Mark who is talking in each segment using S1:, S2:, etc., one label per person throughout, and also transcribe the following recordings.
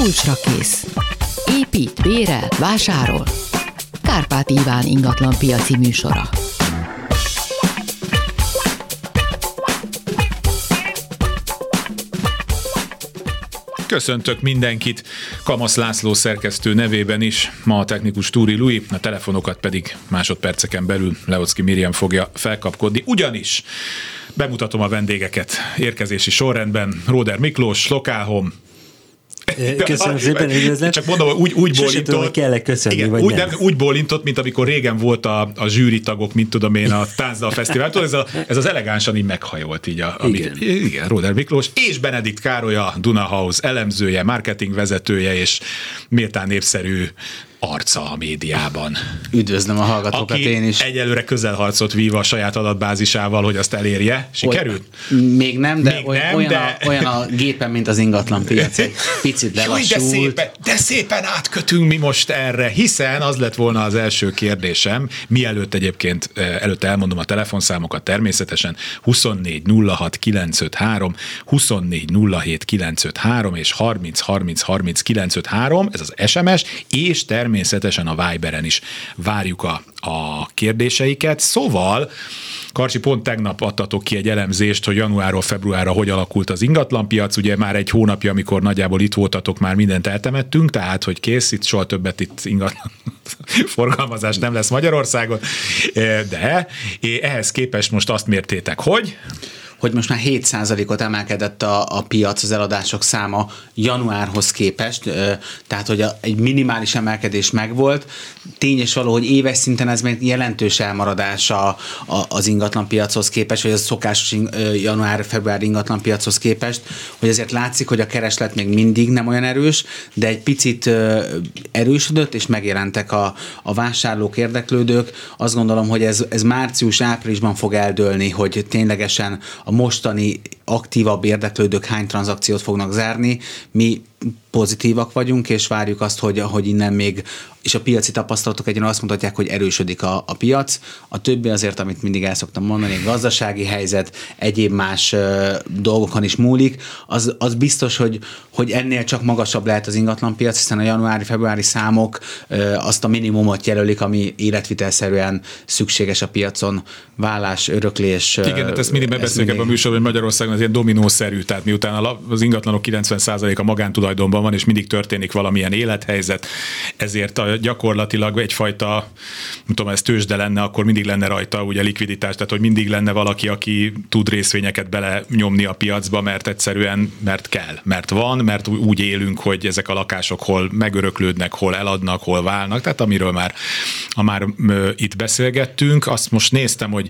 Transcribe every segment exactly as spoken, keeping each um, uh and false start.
S1: Kulcsra kész. Épít, bérel, vásárol. Kárpát Iván ingatlan piaci műsora.
S2: Köszöntök mindenkit, Kamasz László szerkesztő nevében is, ma a technikus Túri Lui, a telefonokat pedig másodperceken belül Leocki Miriam fogja felkapkodni, ugyanis bemutatom a vendégeket érkezési sorrendben: Róder Miklós, Lokálhom.
S3: Köszönöm szépen, üdvözlet.
S2: Csak mondom, úgy, úgy bólintott.
S3: Tudom, hogy kell-e köszönni,
S2: igen,
S3: vagy
S2: úgy,
S3: nem.
S2: nem, úgy bólintott, mint amikor régen volt a, a zsűritagok, mint tudom én, a Táncdal Fesztivál. Tudod, ez, a, ez az elegánsan így meghajolt így. A, amit, igen. igen, Róder Miklós és Benedikt Károly, a Dunahouse elemzője, marketingvezetője és méltán népszerű arca a médiában.
S4: Üdvözlöm a hallgatókat,
S2: aki
S4: én is.
S2: egyelőre közelharcot vív a saját adatbázisával, hogy azt elérje. Sikerült?
S4: Oly, még nem, de,
S2: még
S4: oly,
S2: nem,
S4: olyan,
S2: de...
S4: A, olyan a gépen, mint az ingatlan piac. Egy picit lelassult.
S2: Jaj, de szépen, de szépen átkötünk mi most erre, hiszen az lett volna az első kérdésem, mielőtt egyébként előtte elmondom a telefonszámokat természetesen: huszonnégy nulla hat kilencszázötvenhárom, huszonnégy nulla hét kilencszázötvenhárom és harminc harminc harminc kilencszázötvenhárom, ez az es em es, és természetesen Természetesen a Viberen is várjuk a, a kérdéseiket. Szóval, Karcsi, pont tegnap adtatok ki egy elemzést, hogy januárról februárra hogy alakult az ingatlanpiac. Ugye már egy hónapja, amikor nagyjából itt voltatok, már mindent eltemettünk, tehát hogy kész, itt soha többet itt ingatlan forgalmazás nem lesz Magyarországon. De ehhez képest most azt mértétek, hogy...
S4: hogy most már hét százalékot emelkedett a, a piac, az eladások száma januárhoz képest, tehát hogy a, egy minimális emelkedés megvolt. Tényes való, hogy éves szinten ez még jelentős elmaradás a, a, az ingatlanpiachoz képest, vagy a szokásos január-február ingatlanpiachoz képest, hogy azért látszik, hogy a kereslet még mindig nem olyan erős, de egy picit erősödött, és megjelentek a, a vásárlók, érdeklődők. Azt gondolom, hogy ez, ez március-áprilisban fog eldőlni, hogy ténylegesen a mostani aktívabb érdeklődők hány tranzakciót fognak zárni. Mi pozitívak vagyunk, és várjuk azt, hogy, hogy innen még, és a piaci tapasztalatok egyenlően azt mutatják, hogy erősödik a, a piac. A többi azért, amit mindig el szoktam mondani, a gazdasági helyzet, egyéb más uh, dolgokon is múlik, az, az biztos, hogy, hogy ennél csak magasabb lehet az ingatlanpiac, hiszen a januári-februári számok uh, azt a minimumot jelölik, ami életvitelszerűen szükséges a piacon. Vállás, öröklés.
S2: Igen, hát ezt mindig megbeszéljük ebben a műsorban, hogy Magyarországon ez ilyen dominószerű, tehát miután az ingatlanok kilencven százaléka magántulajdonban van, és mindig történik valamilyen élethelyzet, ezért a, gyakorlatilag egyfajta, nem tudom, ez tőzsde lenne, akkor mindig lenne rajta ugye likviditás, tehát hogy mindig lenne valaki, aki tud részvényeket bele nyomni a piacba, mert egyszerűen, mert kell, mert van, mert úgy élünk, hogy ezek a lakások hol megöröklődnek, hol eladnak, hol válnak, tehát amiről már, ha már ö, itt beszélgettünk. Azt most néztem, hogy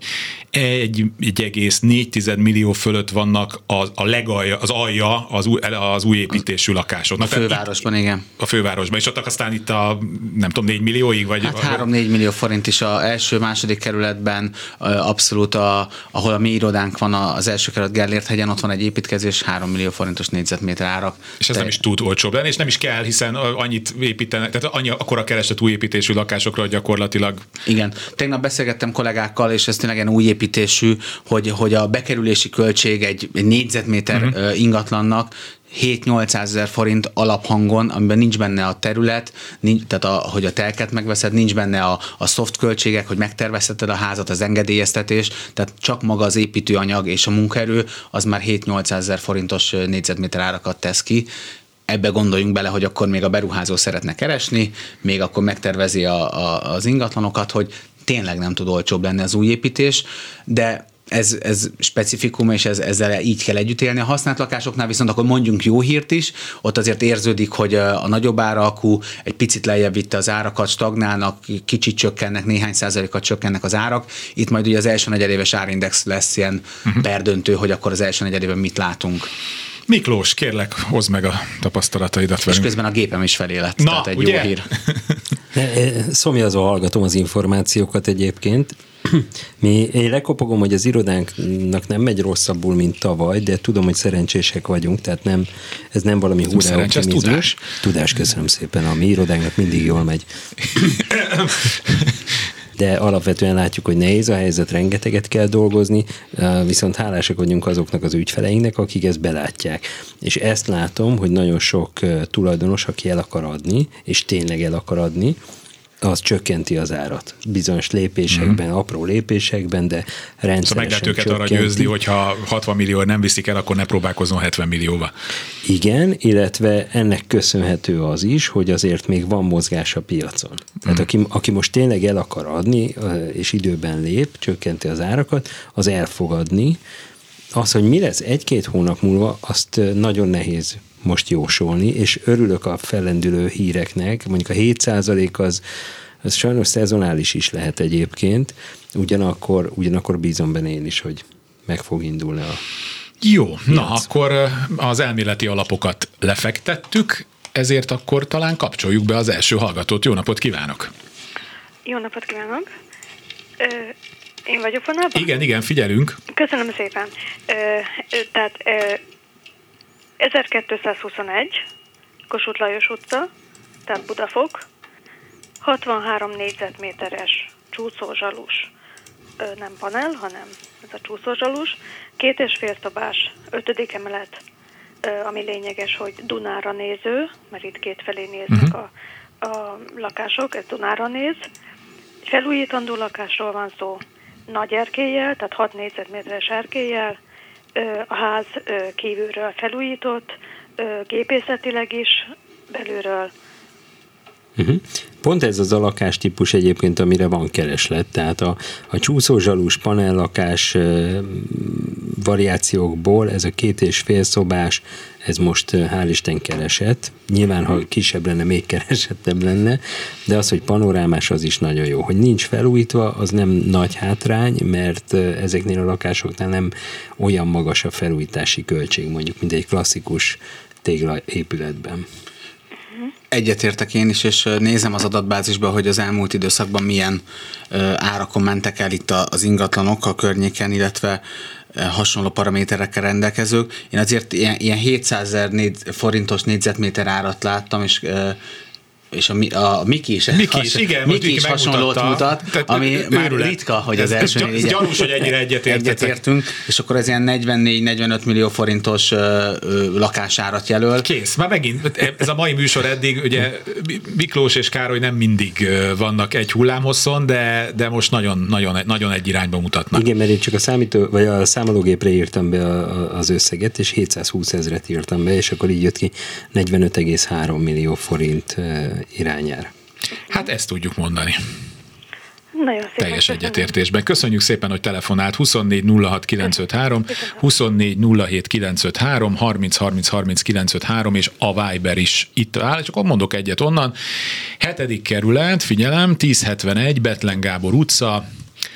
S2: egy egész négy millió fölött vannak az, a legalja, az alja az új, az új építésű lakásoknak.
S4: A fővárosban, igen.
S2: A fővárosban, és ott aztán itt a, nem tudom, négy millióig? Vagy
S4: hát három-négy millió forint is az első, második kerületben, abszolút, a, ahol a mi irodánk van, az első kerület Gellért-hegyen, ott van egy építkezés, három millió forintos négyzetméter árak.
S2: És ez
S4: Te...
S2: nem is tud olcsóbb lenni, és nem is kell, hiszen annyit építenek, tehát annyi, akkora kereslet új építésű lakásokra gyakorlatilag.
S4: Igen. Tegnap beszélgettem kollégákkal, és ez tényleg új építésű, hogy, hogy a bekerülési költség egy, egy négyzetméter uh-huh. ingatlannak hét-nyolcszázezer forint alaphangon, amiben nincs benne a terület, nincs, tehát a, hogy a telket megveszed, nincs benne a, a soft költségek, hogy megtervezheted a házat, az engedélyeztetés, tehát csak maga az építőanyag és a munkaerő, az már hét-nyolcszázezer forintos négyzetméter árakat tesz ki. Ebbe gondoljunk bele, hogy akkor még a beruházó szeretne keresni, még akkor megtervezi a, a, az ingatlanokat, hogy tényleg nem tud olcsóbb lenni az új építés, de Ez, ez specifikum, és ez, ezzel így kell együtt élni. A használt lakásoknál viszont akkor mondjunk jó hírt is, ott azért érződik, hogy a nagyobb árakú egy picit lejjebb vitte az árakat, stagnálnak, kicsit csökkennek, néhány százalékat csökkennek az árak. Itt majd ugye az első negyedéves árindex lesz ilyen uh-huh. perdöntő, hogy akkor az első negyedében mit látunk.
S2: Miklós, kérlek, hozd meg a tapasztalataidat velünk.
S4: És közben a gépem is felé lett,
S2: Na,
S4: tehát egy
S2: ugye?
S4: jó hír.
S3: Szomjazva hallgatom az információkat egyébként. Mi, én lekopogom, hogy az irodánknak nem megy rosszabbul, mint tavaly, de tudom, hogy szerencsések vagyunk, tehát nem, ez nem valami hurrá optimizmus.
S2: Tudás.
S3: Tudás, köszönöm szépen. A mi irodánknak mindig jól megy. de alapvetően látjuk, hogy nehéz a helyzet, rengeteget kell dolgozni, viszont hálásak vagyunk azoknak az ügyfeleinknek, akik ezt belátják. És ezt látom, hogy nagyon sok tulajdonos, aki el akar adni, és tényleg el akar adni, az csökkenti az árat. Bizonyos lépésekben, mm. apró lépésekben, de rendszeresen
S2: szóval meg lehet őket
S3: csökkenti.
S2: Arra győzni, hogyha hatvan millió nem viszik el, akkor ne próbálkozzon hetven millióba. Igen,
S3: illetve ennek köszönhető az is, hogy azért még van mozgás a piacon. Tehát mm. aki, aki most tényleg el akar adni, és időben lép, csökkenti az árakat, az el fog adni. Az, hogy mi lesz egy-két hónap múlva, azt nagyon nehéz most jósolni, és örülök a fellendülő híreknek, mondjuk a hét százalék az, az sajnos szezonális is lehet egyébként, ugyanakkor, ugyanakkor bízom benne én is, hogy meg fog indulni a
S2: Jó, piac. Na akkor az elméleti alapokat lefektettük, ezért akkor talán kapcsoljuk be az első hallgatót. Jó napot kívánok!
S5: Jó napot kívánok! Ö, én vagyok vonalban?
S2: Igen, igen, figyelünk.
S5: Köszönöm szépen. Ö, tehát ö, ezerkétszázhuszonegy, Kossuth Lajos utca, tehát Budafok, hatvanhárom négyzetméteres csúszózsalus, ö, nem panel, hanem ez a csúszózsalus, két és fél szobás, ötödik emelet, ö, ami lényeges, hogy Dunára néző, mert itt kétfelé néznek uh-huh. a, a lakások, ez Dunára néz. Felújítandó lakásról van szó, nagy erkéllyel, tehát hat négyzetméteres erkéllyel, a ház kívülről felújított, gépészetileg is, belülről.
S3: Uh-huh. Pont ez az a lakástípus egyébként, amire van kereslet, tehát a, a csúszózsalus panellakás variációkból ez a két és fél szobás, ez most hál' Isten keresett. Nyilván, ha kisebb lenne, még keresettebb lenne, de az, hogy panorámás, az is nagyon jó. Hogy nincs felújítva, az nem nagy hátrány, mert ezeknél a lakásoknál nem olyan magas a felújítási költség, mondjuk, mint egy klasszikus téglaépületben.
S4: Egyetértek én is, és nézem az adatbázisban, hogy az elmúlt időszakban milyen árakon mentek el itt az ingatlanok a környéken, illetve hasonló paraméterekkel rendelkezők. Én azért ilyen, ilyen hétszázezer négy, forintos négyzetméter árat láttam, és és a, a Miki is,
S2: Miki is, igen,
S4: Miki is hasonlót mutat, tehát ami őrület. Már ritka, hogy ez, az első
S2: négy. Gyanús, hogy ennyire
S4: egyetértünk, és akkor ez ilyen negyvennégy-negyvenöt millió forintos ö, ö, lakásárat jelöl.
S2: Kész, már megint, ez a mai műsor eddig, ugye Miklós és Károly nem mindig vannak egy hullámhosszon, de, de most nagyon, nagyon, nagyon egy irányba mutatnak.
S3: Igen, mert én csak a számító, vagy a számológépre írtam be a, az összeget, és hétszázhúsz ezret írtam be, és akkor így jött ki negyvenöt egész három millió forint irányára.
S2: Hát ezt tudjuk mondani.
S5: Nagyon szépen
S2: teljes
S5: köszönöm.
S2: Egyetértésben. Köszönjük szépen, hogy telefonált. huszonnégy nulla hat kilencszázötvenhárom, huszonnégy nulla hét kilencszázötvenhárom, harminc harminc harminc kilencszázötvenhárom, és a Viber is itt áll. Csak akkor mondok egyet onnan. Hetedik kerület, figyelem, tízhetvenegy, Bethlen Gábor utca,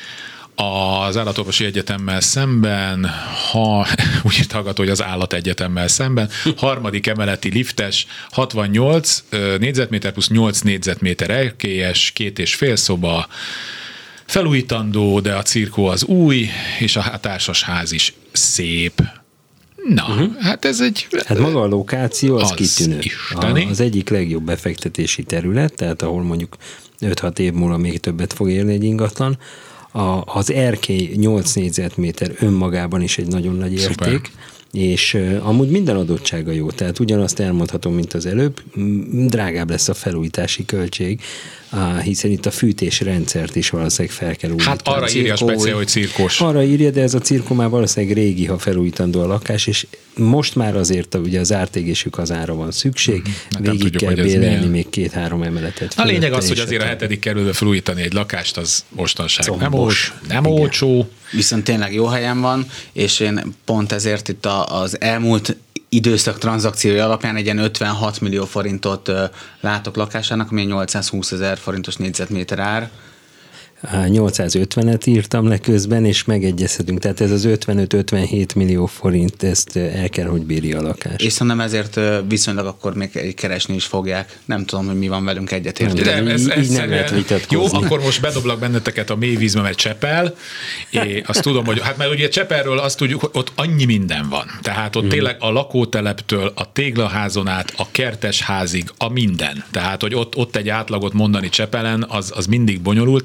S2: az Állatorvosi Egyetemmel szemben, ha úgy írt hallgató, hogy az Állategyetemmal szemben, harmadik emeleti liftes, hatvannyolc négyzetméter plusz nyolc négyzetméter erkélyes, két és fél szoba, felújítandó, de a cirkó az új, és a társasház is szép. Na, uh-huh. hát ez egy...
S3: Hát maga a lokáció az, az kitűnő.
S2: Isteni.
S3: Az egyik legjobb befektetési terület, tehát ahol mondjuk öt-hat év múlva még többet fog érni egy ingatlan. A, az erkély nyolc négyzetméter önmagában is egy nagyon nagy érték, Szuper. És uh, amúgy minden adottsága jó, tehát ugyanazt elmondhatom, mint az előbb, drágább lesz a felújítási költség, uh, hiszen itt a fűtésrendszert is valószínűleg fel kell újítani.
S2: Hát arra írja speciál, hogy cirkós.
S3: Arra írja, de ez a cirkó már valószínűleg régi, ha felújítandó a lakás, és most már azért ugye az ártégésük az ára van szükség, mm-hmm. végig tudjuk, kell bélelni még két-három emeletet.
S2: A lényeg az, hogy azért a hetedik kerületbe felújítani egy lakást, az mostanság Combos. nem, nem olcsó.
S4: Viszont tényleg jó helyen van, és én pont ezért itt a, az elmúlt időszak tranzakciója alapján egy ilyen ötvenhat millió forintot uh, látok lakásának, ami nyolcszázhúsz ezer forintos négyzetméter ár.
S3: nyolcszázötvenet írtam le közben, és megegyezhetünk. Tehát ez az ötvenöt-ötvenhét millió forint, ezt el kell, hogy bírja a lakás.
S4: És szerintem ezért viszonylag akkor még keresni is fogják. Nem tudom, hogy mi van velünk egyetérteni.
S2: De ez, ez így nem lehet vitatkozni. Jó, akkor most bedoblak benneteket a mélyvízbe, mert Csepel. Én azt tudom, hogy hát mert ugye Csepelről azt tudjuk, hogy ott annyi minden van. Tehát ott hmm. tényleg a lakóteleptől, a téglaházon át, a kertesházig, a minden. Tehát, hogy ott, ott egy átlagot mondani Csepelen, az, az mindig bonyolultabb.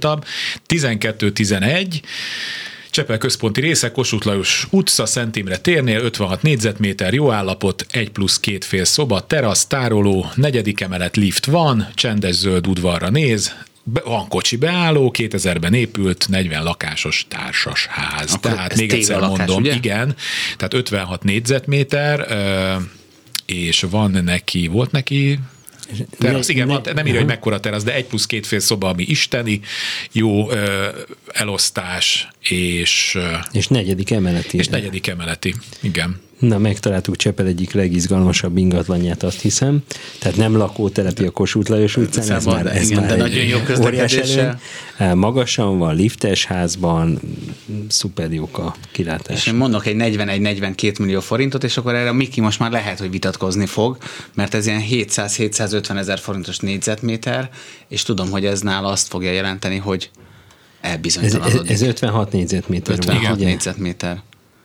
S2: tizenkettő tizenegy, Csepel központi része, Kossuth Lajos utca, Szent Imre térnél, ötvenhat négyzetméter, jó állapot, egy plusz két fél szoba, terasz, tároló, negyedik emelet, lift van, csendes zöld udvarra néz, van kocsi beálló, kétezerben épült, negyven lakásos társas ház.
S4: Akkor
S2: tehát még egyszer lakás, mondom, ugye? Igen, tehát ötvenhat négyzetméter, és van neki, volt neki terasz, igen, ne, van, nem írja, hogy mekkora terasz, de egy plusz két fél szoba, ami isteni, jó ö, elosztás, és...
S3: És negyedik emeleti.
S2: És negyedik emeleti, igen.
S3: Na, megtaláltuk Csepel egyik legizgalmasabb ingatlanját, azt hiszem. Tehát nem lakótelepi a Kossuth Lajos utcán, ez már, ez
S4: igen,
S3: már
S4: nagyon jó közlekedéssel.
S3: Magasan van, liftes házban, szuper jók a kilátás.
S4: És én mondok egy negyvenegy-negyvenkét millió forintot, és akkor erre a Miki most már lehet, hogy vitatkozni fog, mert ez ilyen hétszáz-hétszázötven ezer forintos négyzetméter, és tudom, hogy ez nála azt fogja jelenteni, hogy elbizonytalanodik.
S3: Ez, ez ötvenhat négyzetméter.
S4: ötvenhat négyzetméter.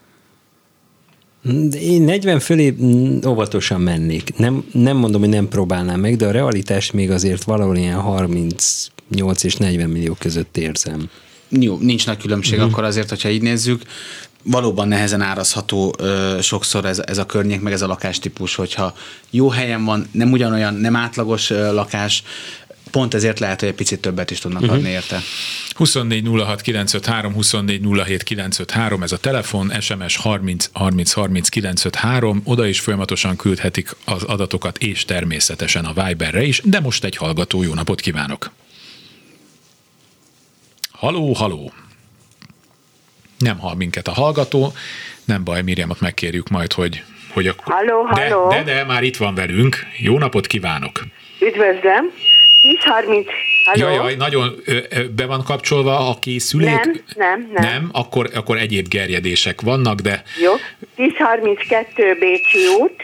S3: De én negyven fölé óvatosan mennék. Nem, nem mondom, hogy nem próbálnám meg, de a realitás még azért valahol ilyen harmincnyolc és negyven millió között érzem.
S4: Jó, nincs nagy különbség uh-huh. akkor azért, hogyha így nézzük. Valóban nehezen árazható ö, sokszor ez, ez a környék, meg ez a lakástípus, hogyha jó helyen van, nem ugyanolyan, nem átlagos ö, lakás, pont ezért lehet, hogy egy picit többet is tudnak uh-huh. adni érte.
S2: huszonnégy nulla hat kilencszázötvenhárom, huszonnégy nulla hét kilencszázötvenhárom, ez a telefon, es em es harminc harminc harminc kilencszázötvenhárom, oda is folyamatosan küldhetik az adatokat, és természetesen a Viberre is, de most egy hallgató, jó napot kívánok! Haló, haló! Nem hall minket a hallgató, nem baj, Miriamot megkérjük majd, hogy, hogy akkor...
S6: Halló, halló!
S2: De, de, de, már itt van velünk. Jó napot kívánok!
S6: Üdvözlöm! tíz harminc.
S2: Jaj, jaj, nagyon ö, ö, be van kapcsolva a készülék?
S6: Nem, nem, nem.
S2: Nem? Akkor, akkor egyéb gerjedések vannak, de...
S6: Jó. tíz harminckettő Bécsi út.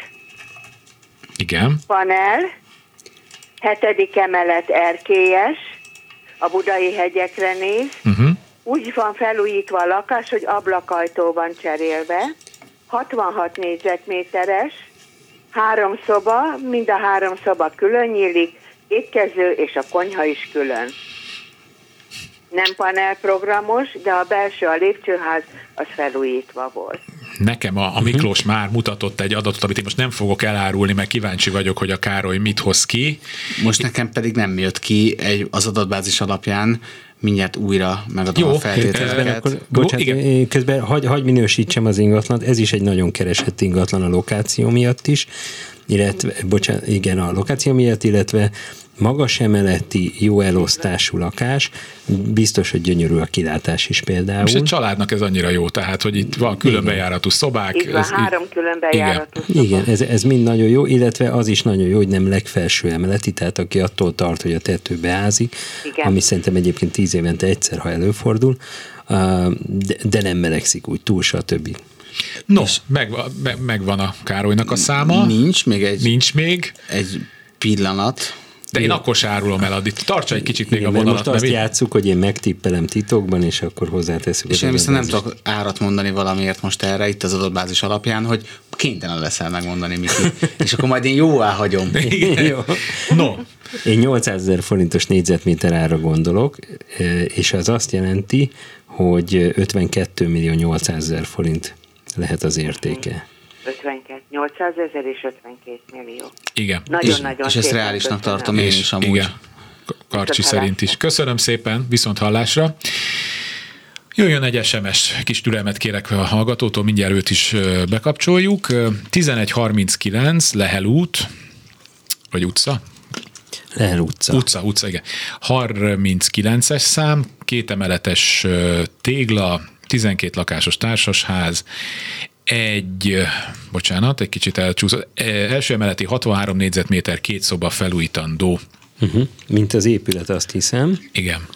S2: Igen.
S6: Panel. Hetedik emelet erkélyes. A Budai hegyekre néz.
S2: Uh-huh.
S6: Úgy van felújítva a lakás, hogy ablakajtó van cserélve. hatvanhat négyzetméteres. Három szoba, mind a három szoba külön nyílik. Étkező és a konyha is külön. Nem panelprogramos, de a belső, a lépcsőház az felújítva volt.
S2: Nekem a, a Miklós uh-huh. már mutatott egy adatot, amit én most nem fogok elárulni, mert kíváncsi vagyok, hogy a Károly mit hoz ki.
S4: Most nekem pedig nem jött ki egy, az adatbázis alapján, mindjárt újra megadom
S2: jó,
S4: a feltételeket.
S3: Akkor, bocsánat, közben hagy, hagy minősítsem az ingatlant, ez is egy nagyon keresett ingatlan a lokáció miatt is, illetve, bocsánat, igen, a lokáció miatt, illetve magas emeleti, jó elosztású lakás, biztos, hogy gyönyörű a kilátás is például.
S2: És egy családnak ez annyira jó, tehát, hogy itt van külön bejáratú szobák.
S6: Itt van ez, három külön bejáratú
S2: igen.
S6: szobák.
S3: Igen, ez, ez mind nagyon jó, illetve az is nagyon jó, hogy nem legfelső emeleti, tehát aki attól tart, hogy a tető beázik, igen. ami szerintem egyébként tíz évente egyszer, ha előfordul, de, de nem melegszik úgy túl, stb.
S2: No, megvan, meg, megvan a Károlynak a száma.
S4: Nincs még egy,
S2: Nincs még.
S4: egy pillanat.
S2: De én akkor se árulom el addig. Tartsa egy kicsit még
S3: igen,
S2: a vonalat.
S3: Most azt játsszuk, hogy én megtippelem titokban, és akkor hozzáteszünk.
S4: És én viszont nem tudok árat mondani valamiért most erre, itt az adatbázis alapján, hogy kénytelen leszel megmondani, Miki. És akkor majd én jóvá hagyom.
S3: Jó.
S2: No.
S3: Én nyolcszázezer forintos négyzetméter ára gondolok, és az azt jelenti, hogy ötvenkettő millió nyolcszázezer forint lehet az értéke.
S6: ötvenkettő, nyolcszázezer és ötvenkét millió.
S2: Igen.
S6: Nagyon-nagyon
S4: És, és ezt reálisnak köszönöm. tartom én is amúgy.
S2: Igen. Karcsi szerint is. Köszönöm szépen, viszont hallásra. Jöjjön egy es em es, kis türelmet kérek a hallgatótól, mindjárt őt is bekapcsoljuk. tizenegy harminckilenc, Lehel út, vagy utca?
S3: Lehel utca.
S2: Utca, utca, igen. harminckilences szám, két emeletes tégla, tizenkét lakásos társasház, egy, bocsánat, egy kicsit elcsúszott, első emeleti hatvanhárom négyzetméter, két szoba felújítandó.
S3: Uh-huh. Mint az épület, azt hiszem.
S2: Igen.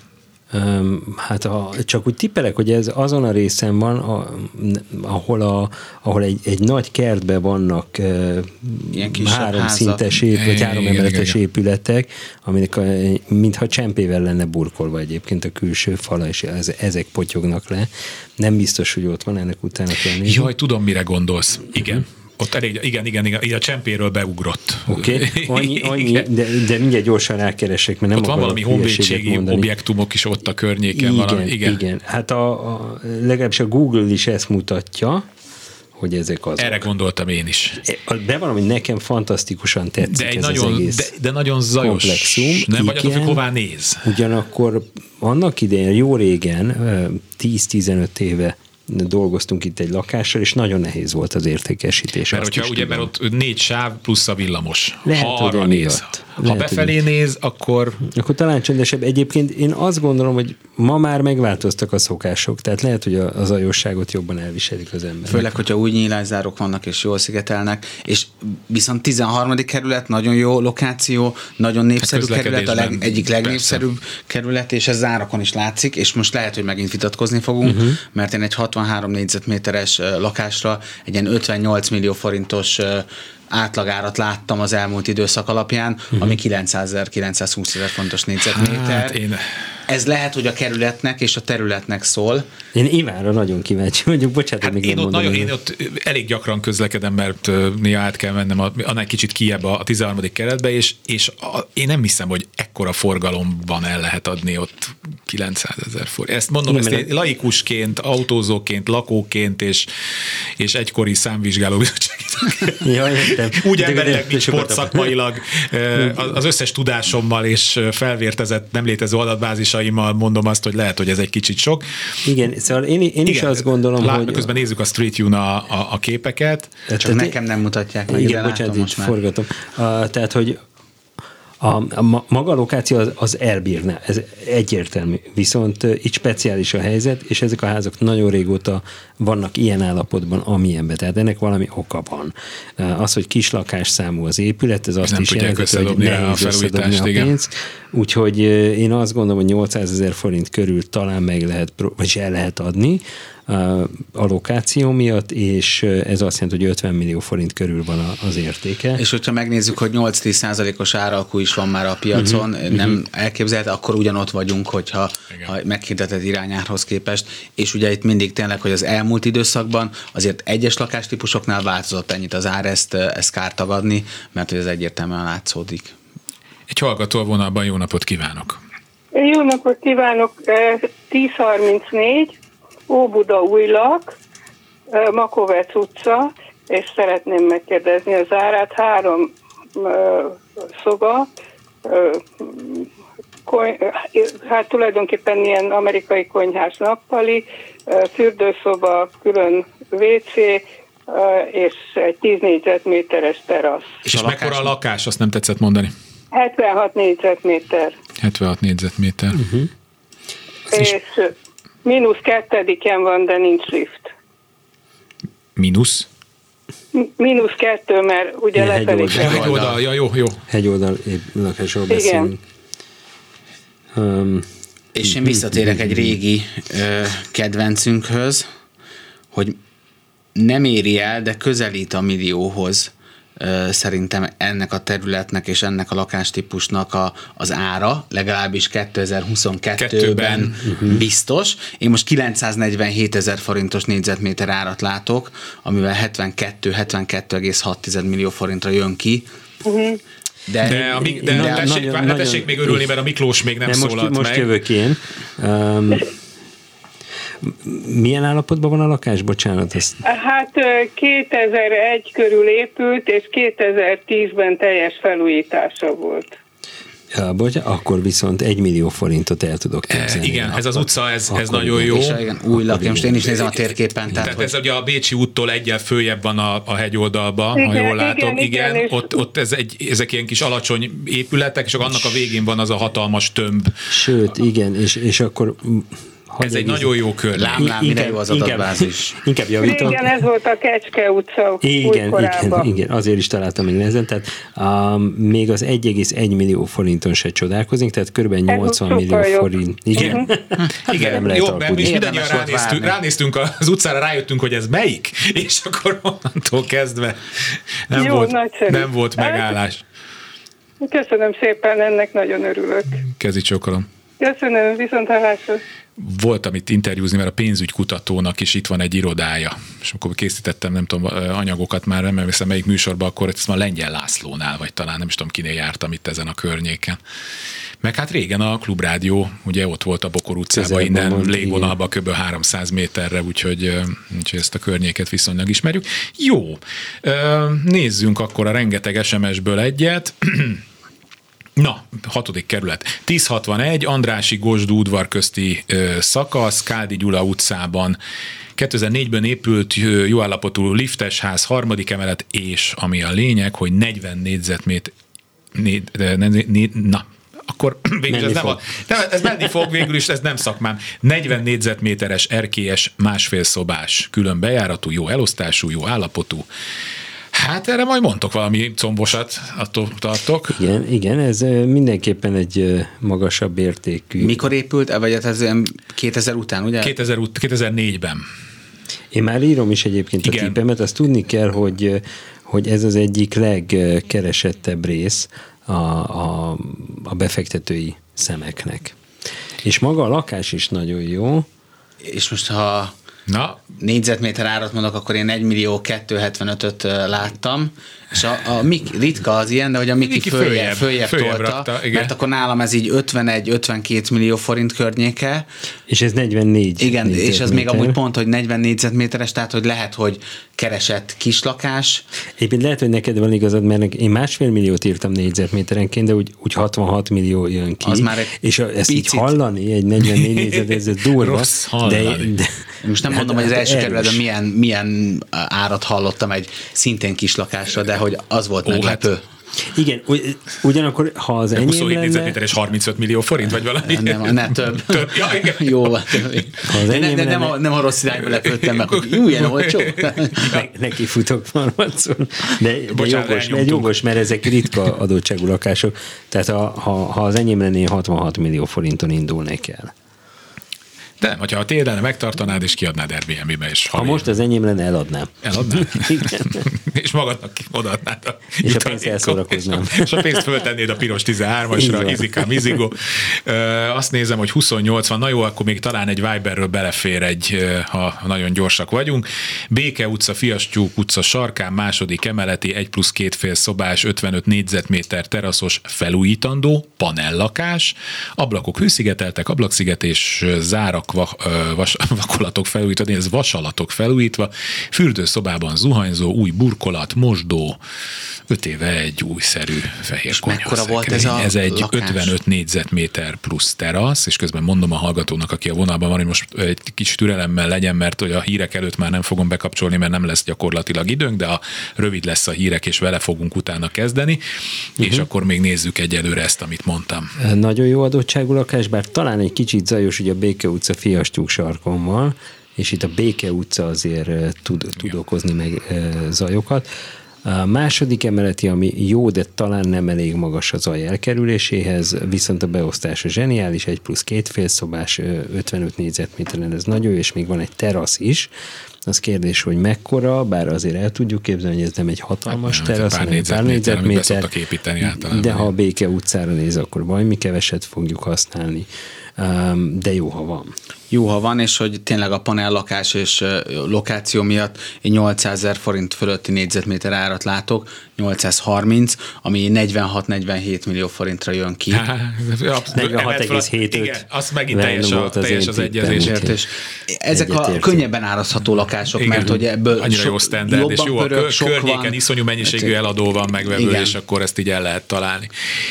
S3: Um, hát a, csak úgy tippelek, hogy ez azon a részen van, a, ahol, a, ahol egy, egy nagy kertben vannak uh, három szintes ép, vagy három emeletes épületek, aminek a, mintha csempével lenne burkolva egyébként a külső fala, és ez, ezek potyognak le. Nem biztos, hogy ott van, ennek utána kell nézni.
S2: Jaj, tudom, mire gondolsz. Igen. Uh-huh. Ott elég, igen, igen, igen, így a csempéről beugrott.
S3: Oké, okay. annyi, annyi de, de mindjárt gyorsan rákeresek, mert nem
S2: ott van valami honvédségi objektumok is ott a környéken.
S3: Igen,
S2: valami, igen.
S3: igen. Hát a, a, legalábbis a Google is ezt mutatja, hogy ezek azok.
S2: Erre gondoltam én is.
S3: De valami nekem fantasztikusan tetszik
S2: de egy
S3: ez
S2: nagyon,
S3: az egész
S2: de, de nagyon zajos.
S3: Komplexum.
S2: Nem vagy attól, hogy hová néz.
S3: Ugyanakkor annak idején, jó régen, tíz-tizenöt éve dolgoztunk itt egy lakással, és nagyon nehéz volt az értékesítés.
S2: Mert hogyha ugye, mert ott négy sáv plusz a villamos.
S3: Lehet,
S2: ha arra néz. Ha
S3: Lehet,
S2: befelé
S3: hogy...
S2: néz, akkor...
S3: Akkor talán csendesebb. Egyébként én azt gondolom, hogy ma már megváltoztak a szokások, tehát lehet, hogy a zajosságot jobban elviselik az emberek.
S4: Főleg, hogyha új nyílászárok vannak, és jól szigetelnek, és viszont tizenharmadik kerület, nagyon jó lokáció, nagyon népszerű kerület, a leg, egyik legnépszerűbb persze. kerület, és ez zárakon is látszik, és most lehet, hogy megint vitatkozni fogunk, uh-huh. mert én egy hatvanhárom négyzetméteres lakásra egy ilyen ötvennyolc millió forintos átlagárat láttam az elmúlt időszak alapján, uh-huh. ami kilencszázezer kilencszázhúszezer fontos négyzetméter. Hát én... Ez lehet, hogy a kerületnek és a területnek szól.
S3: Én Ivánra nagyon kíváncsi vagyok, bocsánat,
S2: hát
S3: még
S2: én
S3: nem
S2: ott,
S3: mondom.
S2: Nagyon, én ott elég gyakran közlekedem, mert néha át kell mennem a, annál kicsit kijebb a tizenharmadik keretbe, és, és a, én nem hiszem, hogy ekkora forgalomban el lehet adni ott kilencszázezer forint. Ezt mondom, igen, ezt én laikusként, autózóként, lakóként és, és egykori számvizsgáló
S3: ja,
S2: úgy emberileg, mint sportszakmailag az összes tudásommal és felvértezett, nem létező adatbázisaimmal mondom azt, hogy lehet, hogy ez egy kicsit sok.
S3: Igen, szóval én, én is igen, azt gondolom,
S2: lá,
S3: hogy...
S2: Közben nézzük a Street View-n a, a, a képeket.
S4: Csak tehát nekem nem mutatják meg,
S3: igen, bocsánat, most már. Forgatom. Uh, tehát, hogy A, a maga a lokáció az, az elbírná, ez egyértelmű. Viszont uh, itt speciális a helyzet, és ezek a házak nagyon régóta vannak ilyen állapotban, amilyenben. Tehát ennek valami oka van. Uh, az, hogy kis lakásszámú az épület, ez azt nem is jelenti, hogy nehéz összedobni a pénzt. Úgyhogy uh, én azt gondolom, hogy nyolcszázezer forint körül talán meg lehet, vagy el lehet adni a lokáció miatt, és ez azt jelenti, hogy ötven millió forint körül van az értéke.
S4: És hogyha megnézzük, hogy nyolc-tíz százalékos áralkú is van már a piacon, uh-huh, nem uh-huh. elképzelhető, akkor ugyanott vagyunk, hogyha ha meghirdetett irányárhoz képest, és ugye itt mindig tényleg, hogy az elmúlt időszakban azért egyes lakástípusoknál változott ennyit az ár, ezt, ezt kár tagadni, mert hogy ez egyértelműen látszódik.
S2: Egy hallgató a vonalban, jó napot kívánok!
S7: Jó napot kívánok! tíz harmincnégy Óbuda Újlak, Makovec utca, és szeretném megkérdezni az árát. Három uh, szoba, uh, kony, hát tulajdonképpen ilyen amerikai konyhás nappali, uh, fürdőszoba, külön vé cé, uh, és egy tíz négyzetméteres terasz.
S2: És, és mekkora a lakás, azt nem tetszett mondani?
S7: hetvenhat négyzetméter.
S2: hetvenhat négyzetméter. Uh-huh.
S7: És... és mínusz kettediken van, de nincs lift.
S2: Mínusz?
S7: Mínusz kettő, mert ugye lefelé kell.
S2: Hegyoldal, ja, jó, jó.
S3: Hegyoldal lakásról beszélünk.
S4: Um, és én visszatérek egy régi ö, kedvencünkhöz, hogy nem éri el, de közelít a millióhoz szerintem ennek a területnek és ennek a lakástípusnak a, az ára, legalábbis kétezer-huszonkettőben uh-huh. biztos. Én most kilencszáznegyvenhétezer forintos négyzetméter árat látok, amivel hetvenkettő-hetvenkettő egész hat millió forintra jön ki. Uh-huh.
S2: De, de, a, de, de nagyon, tessék, nagyon, ne tessék még örülni, mert a Miklós még nem
S3: de
S2: szólalt
S3: most,
S2: meg.
S3: Most jövök én. Um, milyen állapotban van a lakás? Bocsánat. Ezt...
S7: Hát kétezer-egy körül épült, és kétezer-tízben teljes felújítása volt.
S3: Ja, bocsánat, akkor viszont egy millió forintot el tudok képzelni.
S2: E, igen, ez az utca, ez, ez nagyon jó.
S4: És igen, új lakja, most én is nézem a térképen. Tehát,
S2: tehát
S4: hogy...
S2: ez ugye a Bécsi úttól egyel följebb van a, a hegyoldalba, igen, ha jól látom. Igen, igen, igen ott, ott ez egy, ezek ilyen kis alacsony épületek, és annak a végén van az a hatalmas tömb.
S3: Sőt, igen, és, és akkor...
S2: Ez egy, egy nagyon jó kör.
S4: Lám, lám, mire jó az adatbázis.
S3: Inkább javítom.
S7: Igen, ez volt a Kecske utca
S3: igen, igen, igen, azért is találtam még nehezen. Tehát um, még az egy egész egy millió forinton se csodálkozunk, tehát kb. nyolcvan millió forint. Igen,
S2: uh-huh. igen. Jó, mert mi mindannyian ránéztünk, ránéztünk az utcára, rájöttünk, hogy ez melyik, és akkor onnantól kezdve nem, jó, volt, nem volt megállás.
S7: Köszönöm szépen, ennek nagyon örülök.
S2: Kezi csókolom.
S7: Köszönöm, viszont hallásra.
S2: Voltam itt interjúzni, mert a pénzügykutatónak is itt van egy irodája, és amikor készítettem, nem tudom, anyagokat már, nem emlékszem melyik műsorban, akkor ezt már Lengyel Lászlónál, vagy talán nem is tudom, kinél jártam itt ezen a környéken. Meg hát régen a Klubrádió, ugye ott volt a Bokor utcában, innen légvonalban kb. háromszáz méterre, úgyhogy, úgyhogy ezt a környéket viszonylag ismerjük. Jó, nézzünk akkor a rengeteg es em es-ből egyet. Na, hatodik kerület. tíz hatvanegy, Andrássy Gosdú udvar közti ö, szakasz, Káldi Gyula utcában. kétezer-négyben épült jó állapotú liftes ház, harmadik emelet, és ami a lényeg, hogy negyven négyzetméter... Né, né, né, na, akkor végül ez nem, a, nem, ez menni fog végül is, ez nem szakmám. negyven négyzetméteres erkélyes másfél szobás, külön bejáratú, jó elosztású, jó állapotú. Hát erre majd mondtok valami combosat, attól tartok.
S3: Igen, igen, ez mindenképpen egy magasabb értékű.
S4: Mikor épült? Vagy ez kétezer után, ugye?
S2: kétezer, kétezer-négyben.
S3: Én már írom is egyébként igen. a tippemet, azt tudni kell, hogy, hogy ez az egyik legkeresettebb rész a, a, a befektetői szemeknek. És maga a lakás is nagyon jó.
S4: És most ha
S2: Na.
S4: négyzetméter árat mondok, akkor én egy millió kétszázhetvenötöt láttam, és a, a Miki, ritka az ilyen, de hogy a Miki, Miki följebb, följebb, följebb, följebb tolta, rakta, mert akkor nálam ez így ötvenegy-ötvenkét millió forint környéke.
S3: És ez negyvennégy.
S4: Igen, és ez még amúgy pont, hogy negyven négyzetméteres, tehát hogy lehet, hogy keresett kislakás.
S3: Egyébként lehet, hogy neked van igazad, mert én másfél milliót írtam négyzetméterenként, de úgy, úgy hatvanhat millió jön ki.
S4: Az már egy
S3: és a, ezt így hallani, egy negyvennégy négyzet, ez durva.
S2: Rossz hallani.
S3: De, de,
S4: most nem hát, mondom, hogy az első kerületben milyen, milyen árat hallottam egy szintén kislakásra, de hogy az volt Ó, meglepő. Hát.
S3: Igen, ugyanakkor, ha az enyém
S2: huszonhét
S3: lenne...
S2: négyzetméteres harmincöt millió forint, vagy valami?
S4: Nem, nem több.
S2: több. Ja, igen.
S4: Jó, de nem, nem, nem, a, nem a rossz irányba lepődtem meg, hogy jó, ilyen olcsó.
S3: Ne, neki futok farmacon. De, de jogos, de jogos, mert ezek ritka adottságú lakások. Tehát ha, ha, ha az enyém lenné, hatvanhat millió forinton indulnék el.
S2: De, hogyha a tiéd lenne, megtartanád, és kiadnád Airbnb-be is.
S3: Ha most az enyém lenne, eladnám.
S2: Eladnám? és magadnak odaadnád a
S3: és a pénzt elszórakoznám.
S2: És a pénzt föltennéd a piros tizenhármasra, izikám, izigó. Azt nézem, hogy huszonnyolc van, na jó, akkor még talán egy Viberről belefér egy, ha nagyon gyorsak vagyunk. Béke utca, Fiastyúk utca sarkán, második emeleti, egy plusz két fél szobás, ötvenöt négyzetméter teraszos, felújítandó, panellakás, ablakok hőszigeteltek, ablaksziget és zárak Vas, vakolatok felújítva, ez vasalatok felújítva, fürdőszobában zuhanyzó, új burkolat, mosdó, öt éve egy újszerű fehér konyha
S4: volt ez a
S2: Ez egy
S4: lakás?
S2: ötvenöt négyzetméter plusz terasz, és közben mondom a hallgatónak, aki a vonalban van, hogy most egy kis türelemmel legyen, mert hogy a hírek előtt már nem fogom bekapcsolni, mert nem lesz gyakorlatilag időnk, de a rövid lesz a hírek, és vele fogunk utána kezdeni, uh-huh. és akkor még nézzük egyelőre ezt, amit mondtam.
S3: Nagyon jó adottságú lakás, bár talán egy kicsit zajos, ugye a Béke utca Fiastyúk sarkon van, és itt a Béke utca azért tud, tud okozni meg zajokat. A második emeleti, ami jó, de talán nem elég magas a zaj elkerüléséhez, viszont a beosztása zseniális, egy plusz két félszobás, ötvenöt négyzetméteren, ez nagyon jó, és még van egy terasz is. Az kérdés, hogy mekkora, bár azért el tudjuk képzelni, hogy ez nem egy hatalmas hát, terasz, hanem pár négyzetméter, de ha a Béke utcára néz, akkor valami keveset fogjuk használni. De jó, ha van.
S4: Jó, ha van, és hogy tényleg a panellakás és lokáció miatt én nyolcszázezer forint fölötti négyzetméter árat látok, nyolcszázharminc, ami negyvenhat-negyvenhét millió forintra jön ki.
S3: negyvenhat egész hetvenöt.
S2: Igen, az megint teljes, a, teljes az egyezés.
S4: És ezek a könnyebben árazható lakások, igen, mert hogy ebből
S2: annyira so, jó standard, és jó, pörög, a környéken van. Iszonyú mennyiségű eladó van megvevő, igen. és akkor ezt így el lehet találni.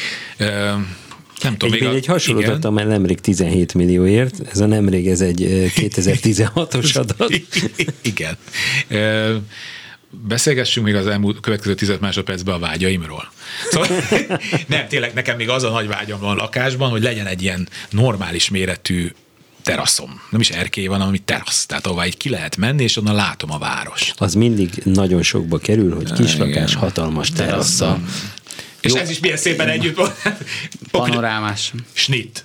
S2: Nem tudom,
S3: egy, még egy hasonlót adtam el nemrég tizenhét millióért, ez a nemrég, ez egy kétezer-tizenhatos adat.
S2: Igen. Beszélgessünk még az elmúlt következő tíz másodpercben a vágyaimról. Szóval, nem, tényleg nekem még az a nagy vágyam van a lakásban, hogy legyen egy ilyen normális méretű teraszom. Nem is erkély van, hanem terasz. Tehát ahová így ki lehet menni, és onnan látom a várost.
S3: Az mindig nagyon sokba kerül, hogy kislakás, hatalmas terasszal.
S2: És jó. Ez is milyen szépen együtt van.
S4: Panorámás.
S2: Schnitt.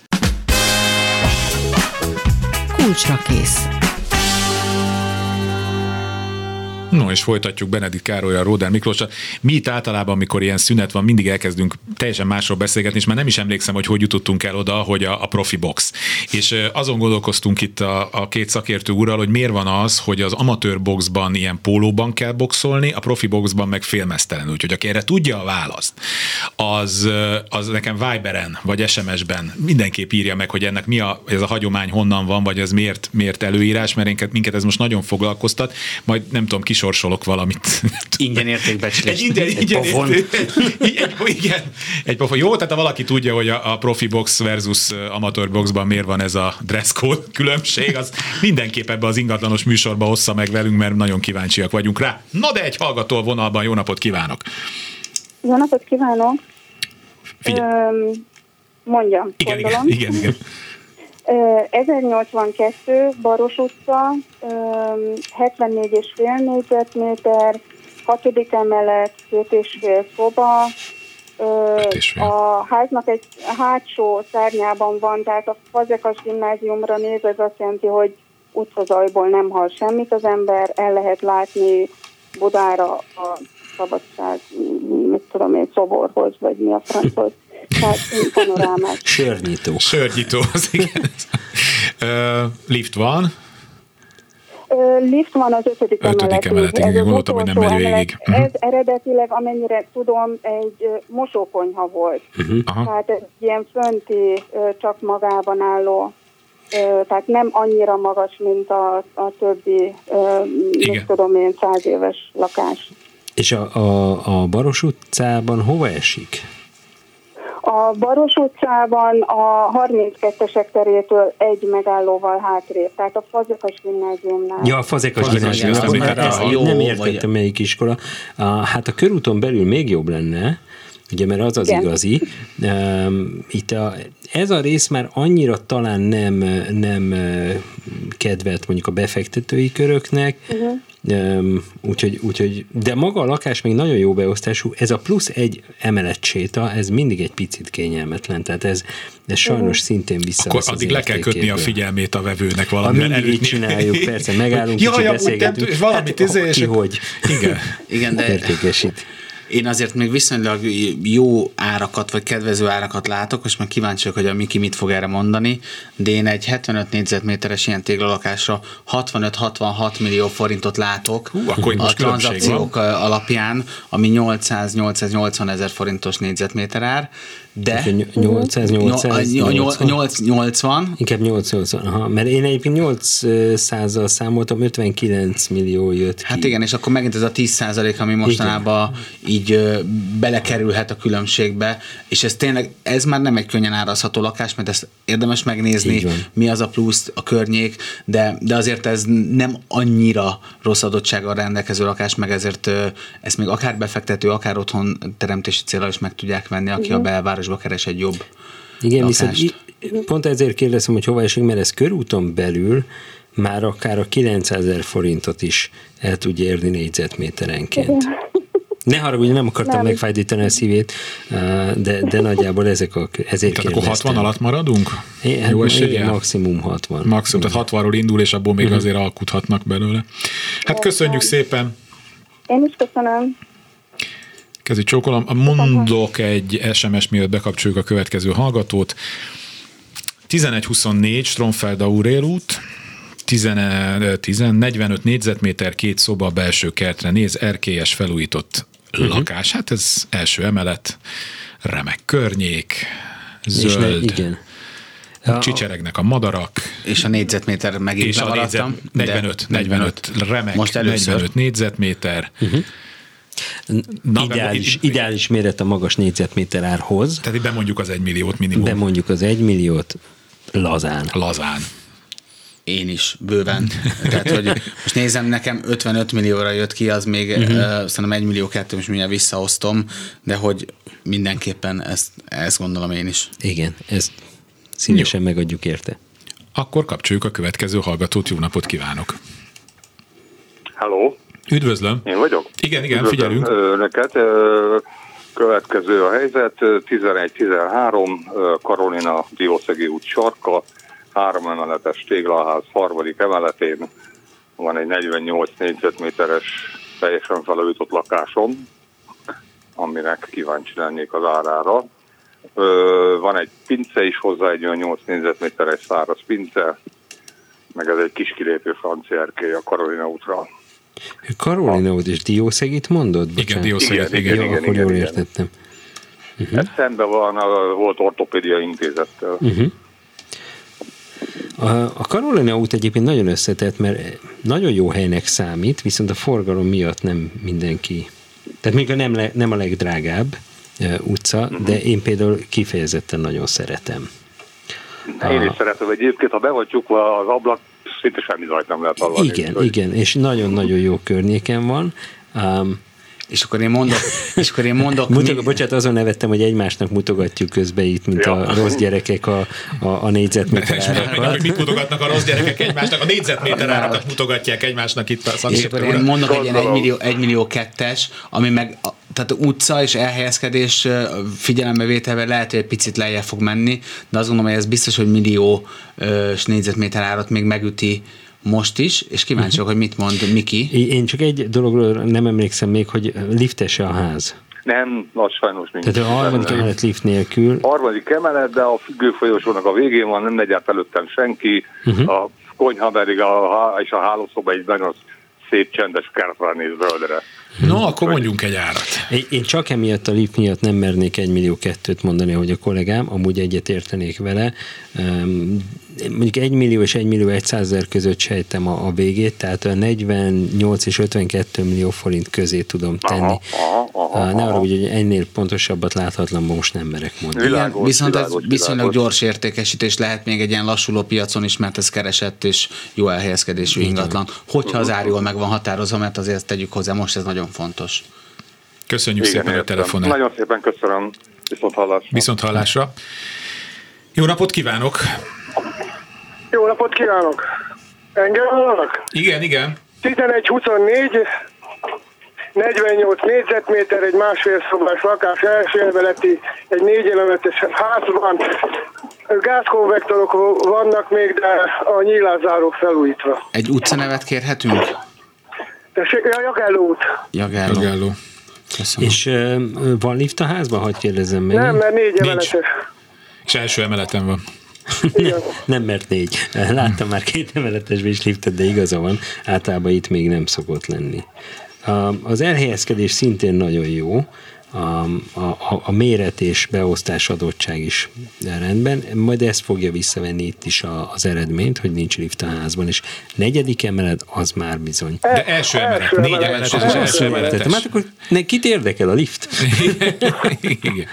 S2: No, és folytatjuk Benedikt Károlyal, Róder Miklóssal. Mi itt általában, amikor ilyen szünet van, mindig elkezdünk teljesen másról beszélgetni, és már nem is emlékszem, hogy hogy jutottunk el oda, hogy a, a profi box. És azon gondolkoztunk itt a, a két szakértő úrral, hogy miért van az, hogy az amatőr boxban ilyen pólóban kell boxolni, a profi boxban meg félmeztelen. Úgyhogy aki erre tudja a választ, az, az nekem Viberen vagy es em es-ben mindenképp írja meg, hogy ennek mi a, ez a hagyomány honnan van, vagy ez miért, miért előírás, mert minket, minket ez most nagyon foglalkoztat, majd nem tudom, kisorsolok valamit.
S4: Ingyen értékbecslést.
S2: Egy ingyen,
S4: egy
S2: ingyen
S4: pofon.
S2: Egy, egy, igen, egy pofon. Jó, tehát ha valaki tudja, hogy a, a profi box versus amatőr boxban miért van ez a dress code különbség, az mindenképp ebbe az ingatlanos műsorba hossza meg velünk, mert nagyon kíváncsiak vagyunk rá. Na de egy hallgató vonalban, jó napot kívánok!
S8: Jó napot kívánok! Öm, mondjam,
S2: igen,
S8: gondolom.
S2: Igen, igen, igen.
S8: ezernyolcvankettő, Baros utca, hetvennégy és fél négyzetméter, hatodik emelet, két és fél szoba.
S2: és fél.
S8: A háznak egy hátsó szárnyában van, tehát a Fazekas gimnáziumra néz, ez azt jelenti, hogy utcazajból nem hall semmit az ember, el lehet látni Budára a Szabadság, mit tudom én, szoborhoz, vagy mi a franchoz. Tehát panorámát.
S3: Sörnyitó.
S2: Sörnyitó, az igen. uh, lift van.
S8: Uh, lift van az ötödik emelet.
S2: Ötödik emelet, igen, gondoltam, hogy nem megy végig.
S8: Uh-huh. Ez eredetileg, amennyire tudom, egy uh, mosókonyha volt. Uh-huh. Tehát egy ilyen fönti, uh, csak magában álló, uh, tehát nem annyira magas, mint a, a többi, uh, mit tudom én, száz éves lakás.
S3: És a, a, a Baros utcában hova esik?
S8: A Baros utcában a harminckettesek terétől egy megállóval hátrébb, tehát a Fazekas gimnáziumnál.
S3: Ja, a Fazekas gimnázium. Nem értettem, melyik iskola. A, hát a körúton belül még jobb lenne, ugye, mert az az igen. igazi. Itt a, ez a rész már annyira talán nem, nem kedvelt mondjuk a befektetői köröknek, uh-huh. Um, úgyhogy, úgyhogy, de maga a lakás még nagyon jó beosztású, ez a plusz egy emelet séta, ez mindig egy picit kényelmetlen, tehát ez, ez sajnos szintén visszavesz.
S2: Akkor addig le kell kötni a figyelmét a vevőnek valamivel
S3: előtt. Mindig csináljuk, persze, megállunk,
S2: ja,
S3: kicsit
S2: ja,
S3: beszélgetünk.
S2: Hát, valamit hát, izé,
S3: ki hogy
S2: igen.
S4: igen, de
S3: értékesít.
S4: Én azért még viszonylag jó árakat, vagy kedvező árakat látok, és meg kíváncsi vagyok, hogy a Miki mit fog erre mondani, de én egy hetvenöt négyzetméteres ilyen téglalakásra hatvanöt-hatvanhat millió forintot látok
S2: Hú, akkor
S4: a tranzakciók alapján, ami nyolcszáz-nyolcszáznyolcvan ezer forintos négyzetméter ár, de
S3: nyolcszáz-nyolcszáznyolcvan Inkább nyolcszáznyolcvan, aha, mert én egyébként nyolcszázzal számoltam, ötvenkilenc millió jött ki.
S4: Hát igen, és akkor megint ez a tíz százalék, ami mostanában igen. így ö, belekerülhet a különbségbe, és ez tényleg, ez már nem egy könnyen árazható lakás, mert ezt érdemes megnézni, mi az a plusz, a környék, de, de azért ez nem annyira rossz adottsággal rendelkező lakás, meg ezért ö, ezt még akár befektető, akár otthon teremtési célra is meg tudják venni, aki igen. a belvárosba keres egy jobb
S3: igen,
S4: lakást.
S3: Viszont pont ezért kérdezem, hogy hova esik, mert ez körúton belül már akár a kilencszázezer forintot is el tudja érni négyzetméterenként. Ne haragudj, nem akartam nem. megfájdítani a szívét, de, de nagyjából ezek a, ezért
S2: tehát akkor hatvan alatt maradunk?
S3: É, Jó igen, maximum hatvan.
S2: Maximum, tehát hatvanról indul, és abból még uh-huh. azért alkuthatnak belőle. Hát köszönjük szépen!
S8: Én is köszönöm.
S2: Kezi csókolom. Mondok egy es em es, miatt bekapcsoljuk a következő hallgatót. tizenegy huszonnégy Stromfeld-Aurél út, tíz, negyvenöt négyzetméter, két szoba, belső kertre néz, erkélyes felújított uh-huh. lakás. Hát ez első emelet, remek környék, zöld. Ne, igen. Csicseregnek a madarak.
S4: És a négyzetméter megint
S2: és a négyzet, negyvenöt, negyvenöt, remek, most negyvenöt négyzetméter. Uh-huh.
S3: Na, ideális, ideális méret a magas négyzetméter árhoz.
S2: Tehát itt bemondjuk az egymilliót minimum.
S3: Bemondjuk az egymilliót lazán.
S2: Lazán.
S4: Én is, bőven. Tehát, hogy most nézem, nekem ötvenöt millióra jött ki, az még uh-huh. uh, szerintem egy millió kettő, most mindjárt visszaosztom, de hogy mindenképpen ezt, ezt gondolom én is.
S3: Igen, ezt szívesen jó. megadjuk érte.
S2: Akkor kapcsoljuk a következő hallgatót, jó napot kívánok!
S9: Halló!
S2: Üdvözlöm!
S9: Én vagyok?
S2: Igen, igen,
S9: Üdvözlöm
S2: figyelünk.
S9: Önöket. Következő a helyzet, tizenegy tizenhárom Karolina Diószegi út sarka, három emeletes téglaház harmadik emeletén van egy negyvennyolc négyzetméteres teljesen felújított lakásom, aminek kíváncsi lennék az árára. Van egy pince is hozzá, egy olyan nyolc négyzetméteres száraz pince, meg ez egy kis kilépő francia erkély a Karolina útra.
S3: Karolina út és Diószegit mondod?
S2: Bocsánat. Igen, Diószegit, igen.
S3: Jó,
S9: igen,
S3: akkor
S9: igen,
S3: jól
S9: igen.
S3: értettem. Uh-huh.
S9: Ez szemben van a volt ortopédia intézettel.
S3: Uh-huh. A, a Karolina út egyébként nagyon összetett, mert nagyon jó helynek számít, viszont a forgalom miatt nem mindenki. Tehát még a nem, le, nem a legdrágább uh, utca, uh-huh. de én például kifejezetten nagyon szeretem.
S9: Én
S3: a,
S9: is szeretem egyébként, ha be vagy csukva az ablak, szinte semmi zajt nem lehet hallani.
S3: Igen, úgy, igen, és nagyon-nagyon jó környéken van. Um,
S4: És akkor én mondok, és akkor én mondok...
S3: Mutog,
S4: mi...
S3: Bocsánat, azon nevettem, hogy egymásnak mutogatjuk közbe itt, mint ja. a rossz gyerekek a, a, a négyzetméter árakat.
S2: Hogy mit mutogatnak a rossz gyerekek egymásnak? A négyzetméter árakat mutogatják egymásnak itt a
S4: szakszerűen. És akkor én mondok egy ilyen egymillió, egymillió kettes, ami meg, tehát utca és elhelyezkedés figyelembevételvel lehet, hogy egy picit lejjebb fog menni, de azt gondolom, hogy ez biztos, hogy millió négyzetméter árat még megüti most is, és kíváncsi vagyok, hogy mit mond Miki.
S3: Én csak egy dologról nem emlékszem még, hogy liftes a ház.
S9: Nem, az sajnos nincs.
S3: Tehát a harmadik emelet lift nélkül.
S9: Harmadik emelet, de a függő folyosónak a végén van, nem megy át előttem senki. Uh-huh. A konyha pedig a, és a hálószoba egy nagyon szép, csendes kertre néz zöldre.
S2: No, akkor mondjunk egy árat.
S3: Én csak emiatt a lift miatt nem mernék egy millió kettőt mondani, hogy a kollégám, amúgy egyet értenék vele. Mondjuk egy millió és egy millió egyszázezer között sejtem a, a végét, tehát a negyvennyolc és ötvenkettő millió forint közé tudom tenni. Aha, aha, aha, ne arra, hogy ennél pontosabbat láthatlanban most nem merek mondani.
S4: Világos, Igen, viszont világos, ez viszonylag világos. Gyors értékesítés lehet még egy ilyen lassuló piacon is, mert ez keresett és jó elhelyezkedésű ingatlan. Hogyha az ár jól meg van határozva, mert azért tegyük hozzá, most ez nagyon fontos.
S2: Köszönjük Igen, szépen értem. a telefonát.
S9: Nagyon szépen köszönöm. Viszont hallásra.
S2: Viszont hallásra. Jó napot kívánok!
S10: Jó napot kívánok! Engem hallanak?
S2: Igen, igen.
S10: tizenegy huszonnégy, negyvennyolc négyzetméter, egy másfél szobás lakás, első emeleti, egy négy emeletes házban. Gázkonvektorok vannak még, de a nyílászárók felújítva.
S4: Egy utcanevet kérhetünk?
S10: Tessék, a Jagelló út.
S4: Jagelló.
S2: Jagelló.
S3: Köszönöm. És uh, van lift a házban? Hadd kérdezzem meg.
S10: Nem, mert négy emeletes.
S2: És első emeleten van.
S3: nem, nem, mert négy. Láttam már két emeletesben is liftet, de igaza van, általában itt még nem szokott lenni. Az elhelyezkedés szintén nagyon jó, a, a, a méret és beosztás adottság is rendben, majd ezt fogja visszavenni itt is az eredményt, hogy nincs lift a házban, és negyedik emelet az már bizony.
S2: De első emelet, négy emeletes és első emeletes.
S3: Tehát akkor ne, kit érdekel a lift?
S2: Igen.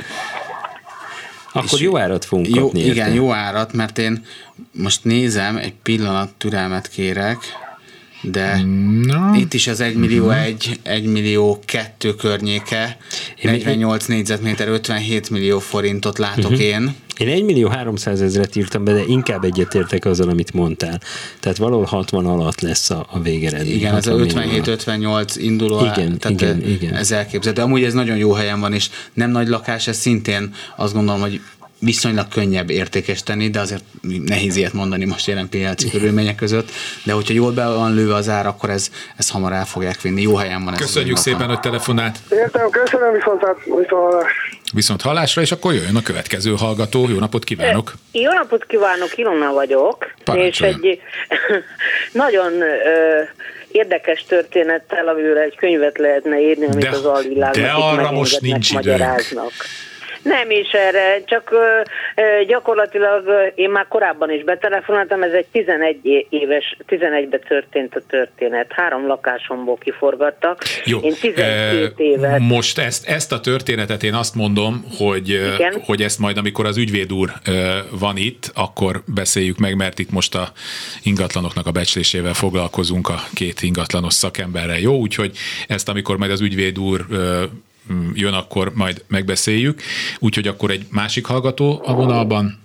S3: Akkor jó árat fogunk
S4: jó,
S3: kapni.
S4: Igen,
S3: érte?
S4: jó árat, mert én most nézem, egy pillanat türelmet kérek, de no. itt is az egy millió egy, egy millió kettő környéke, én negyvennyolc négyzetméter, ötvenhét millió forintot látok uh-huh. én.
S3: Én egy millió háromszázezret írtam be, de inkább egyetértek azzal, amit mondtál. Tehát valahol hatvan alatt lesz a, a végeredmény.
S4: Igen, ez a ötvenhét ötvennyolc induló.
S3: Igen,
S4: tehát
S3: igen, igen.
S4: Ez elképzelhető. Amúgy ez nagyon jó helyen van, és nem nagy lakás, ez szintén azt gondolom, hogy viszonylag könnyebb értékesíteni, de azért nehéz ilyet mondani most jelen piaci körülmények között, de hogyha jól be van lőve az ár, akkor ez, ez hamar el fogják vinni. Jó helyen van ez.
S2: Köszönjük szépen, hogy telefonált.
S10: Értem, köszönöm, viszont, viszont hallás.
S2: Viszont hallásra, és akkor jöjjön a következő hallgató. Jó napot kívánok!
S11: Jó napot kívánok, Ilona vagyok.
S2: Parancsoljon.
S11: És egy nagyon ö, érdekes történettel, amivel egy könyvet lehetne írni, amit de, az alvilágnak itt most nincs magyaráznak. Nem is erre, csak ö, ö, gyakorlatilag ö, én már korábban is betelefonáltam, ez egy tizenegy éves, tizenegyben történt a történet. Három lakásomból kiforgattak.
S2: Jó.
S11: Én tizenkét évet.
S2: Most ezt, ezt a történetet én azt mondom, hogy, hogy ezt majd, amikor az ügyvéd úr van itt, akkor beszéljük meg, mert itt most a ingatlanoknak a becslésével foglalkozunk a két ingatlanos szakemberrel. Jó, úgyhogy ezt, amikor majd az ügyvéd úr jön, akkor majd megbeszéljük. Úgyhogy akkor egy másik hallgató a vonalban.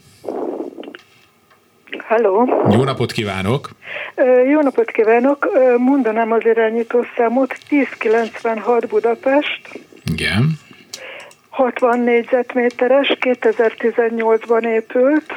S12: Halló!
S2: Jó napot kívánok!
S12: Jó napot kívánok! Mondanám az irányító számot. tíz kilencvenhat Budapest.
S2: Igen.
S12: hatvan négyzetméteres, kétezer-tizennyolcban épült.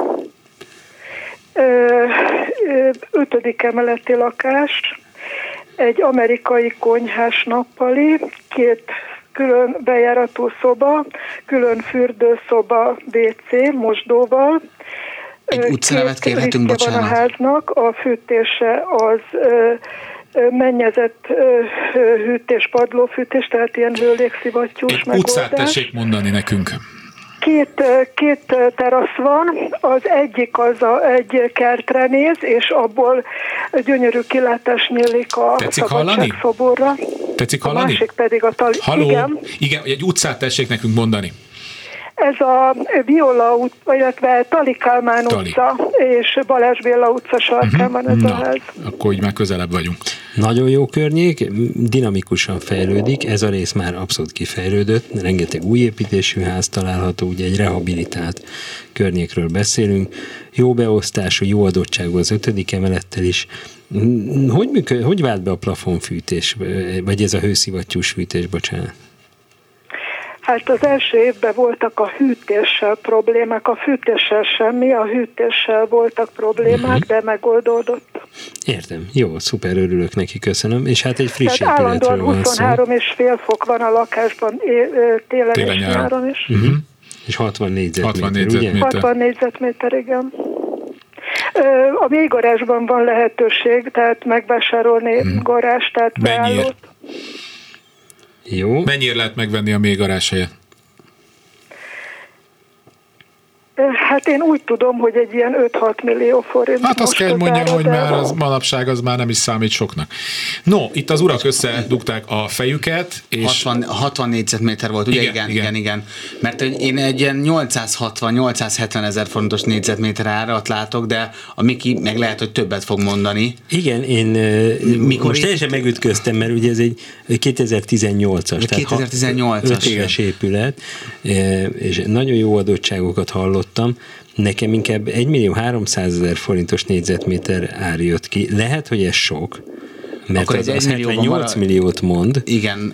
S12: Ötödik emeleti lakás. egy amerikai konyhás nappali, két külön bejáratú szoba, külön fürdőszoba, vé cé, mosdóval.
S4: Egy utcanevet kérhetünk, bocsánat.
S12: Van a háznak, a fűtése az ö, ö, mennyezett ö, ö, hűtés, padlófűtés, tehát ilyen hőlégszivattyús megoldás.
S2: Utcát tessék mondani nekünk.
S12: Két, két terasz van, az egyik az a, egy kertre néz, és abból gyönyörű kilátás nyílik a Szabadságszoborra.
S2: Tetszik hallani?
S12: A másik pedig a tali...
S2: Halló?
S12: Igen.
S2: Igen, egy utcát tessék nekünk mondani.
S12: Ez a Viola utca, illetve Tali Kálmán
S2: Tali.
S12: utca és Balázs Béla utca sarkán van ez
S2: Na,
S12: a ház.
S2: akkor így már közelebb vagyunk.
S3: Nagyon jó környék, dinamikusan fejlődik, ez a rész már abszolút kifejlődött, rengeteg új építésű ház található, ugye egy rehabilitált környékről beszélünk, jó beosztású, jó adottságú az ötödik emelettel is. Hogy, működ, hogy vált be a plafonfűtés, vagy ez a hőszivattyús fűtés, bocsánat?
S12: Hát az első évben voltak a hűtéssel problémák, a fűtéssel semmi, a hűtéssel voltak problémák, uh-huh. de megoldódott.
S3: Értem. Jó, szuper, örülök neki, köszönöm. És hát egy friss
S12: Tehát
S3: épületről van szó.
S12: huszonhárom és fél fok van a lakásban télen, télen és nyáron is.
S3: Uh-huh. És hatvan négyzetméter,
S2: hatvan négyzetméter.
S3: ugye?
S12: hatvan négyzetméter, igen. A mélygarázsban van lehetőség, tehát megvásárolni hmm. garázs, tehát beállót.
S3: Jó.
S2: Mennyire lehet megvenni a mélygarázs helyet?
S12: Hát én úgy tudom, hogy egy ilyen öt-hat millió forint.
S2: Hát azt kell mondjam, hogy már az manapság az már nem is számít soknak. No, itt az urak összedugták a fejüket, és...
S4: hatvan, hatvan négyzetméter volt, ugye? Igen, igen, igen. igen. Mert én egy ilyen nyolcszázhatvan-nyolcszázhetven ezer forintos négyzetméter árat látok, de a Miki meg lehet, hogy többet fog mondani.
S3: Igen, én Mikor most teljesen megütköztem, mert ugye ez egy kétezer-tizennyolcas.
S4: kétezer-tizennyolcas.
S3: öt éves épület, és nagyon jó adottságokat hallott. Nekem inkább egy millió háromszázezer forintos négyzetméter ár jött ki. Lehet, hogy ez sok, mert akkor az, az hetvennyolc milliót mond.
S4: Igen.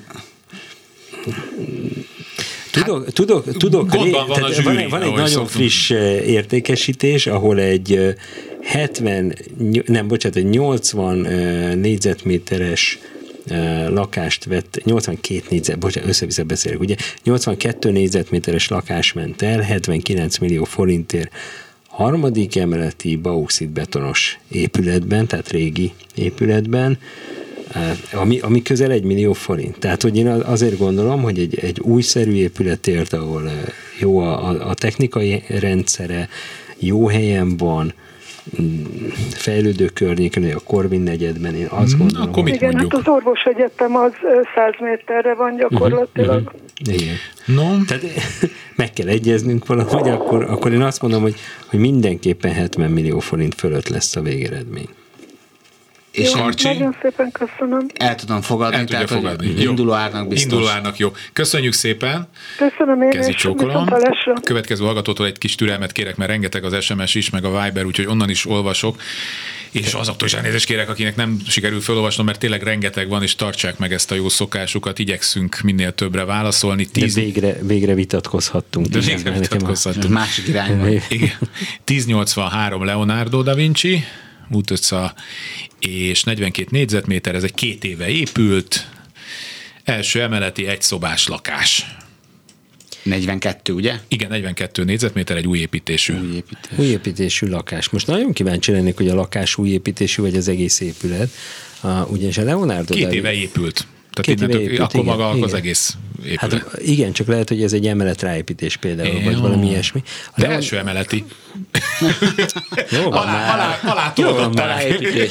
S3: Tudok, tudok, tudok
S2: Gondban van, a zsűri,
S3: van, van egy nagyon szoktunk. friss értékesítés, ahol egy hetven, nem, bocsánat, egy nyolcvan négyzetméteres lakást vett, nyolcvankét négyzet, bocsánat, össze-vissza beszélek, ugye, nyolcvankettő négyzetméteres lakás ment el, hetvenkilenc millió forintért, harmadik emeleti bauxit betonos épületben, tehát régi épületben, ami, ami közel egy millió forint. Tehát, hogy én azért gondolom, hogy egy, egy újszerű épületért, ahol jó a, a, a technikai rendszere, jó helyen van, fejlődő környéken, a Korvin negyedben, én azt gondolom.
S2: Akkor mit
S12: igen,
S2: mondjuk?
S12: hát az orvosegyetem az száz méterre van gyakorlatilag.
S3: Uh-huh, uh-huh. Igen.
S2: No.
S3: Tehát meg kell egyeznünk valahogy, akkor, akkor én azt mondom, hogy, hogy mindenképpen hetven millió forint fölött lesz a végeredmény.
S4: És
S12: jó, nagyon szépen köszönöm.
S4: El tudom fogadni,
S2: el
S4: tehát
S2: fogadni.
S4: Hogy induló árnak biztos.
S2: Induló árnak jó. Köszönjük szépen.
S12: Köszönöm én
S2: Kezi
S12: is.
S2: csókolom. Következő hallgatótól egy kis türelmet kérek, mert rengeteg az es em es is, meg a Viber, úgyhogy onnan is olvasok. És azoktól is elnézést kérek, akinek nem sikerül felolvasnom, mert tényleg rengeteg van, és tartsák meg ezt a jó szokásukat, igyekszünk minél többre válaszolni.
S3: Tíz... De végre, végre vitatkozhattunk.
S2: De végre vitatkozhattunk.
S4: A másik irányban.
S2: tíz nyolcvanhárom Leonardo da Vinci, út utca, és negyvenkét négyzetméter, ez egy két éve épült, első emeleti egyszobás lakás.
S4: negyvenkettő, ugye?
S2: Igen, negyvenkettő négyzetméter, egy új építésű.
S3: Új építésű. Új építésű lakás. Most nagyon kíváncsi lennék, hogy a lakás új építésű, vagy az egész épület. Uh, ugyanis a Leonardo
S2: Két
S3: da
S2: éve épült. Tehát
S3: Két éve épült,
S2: akkor
S3: igen,
S2: maga
S3: igen.
S2: az egész épület.
S3: Hát igen, csak lehet, hogy ez egy emelet ráépítés például, vagy valami ilyesmi. A
S2: De
S3: Leon...
S2: első emeleti.
S3: Jó van
S2: alá,
S3: már.
S2: alá, alá toldották.
S4: Ráépítés.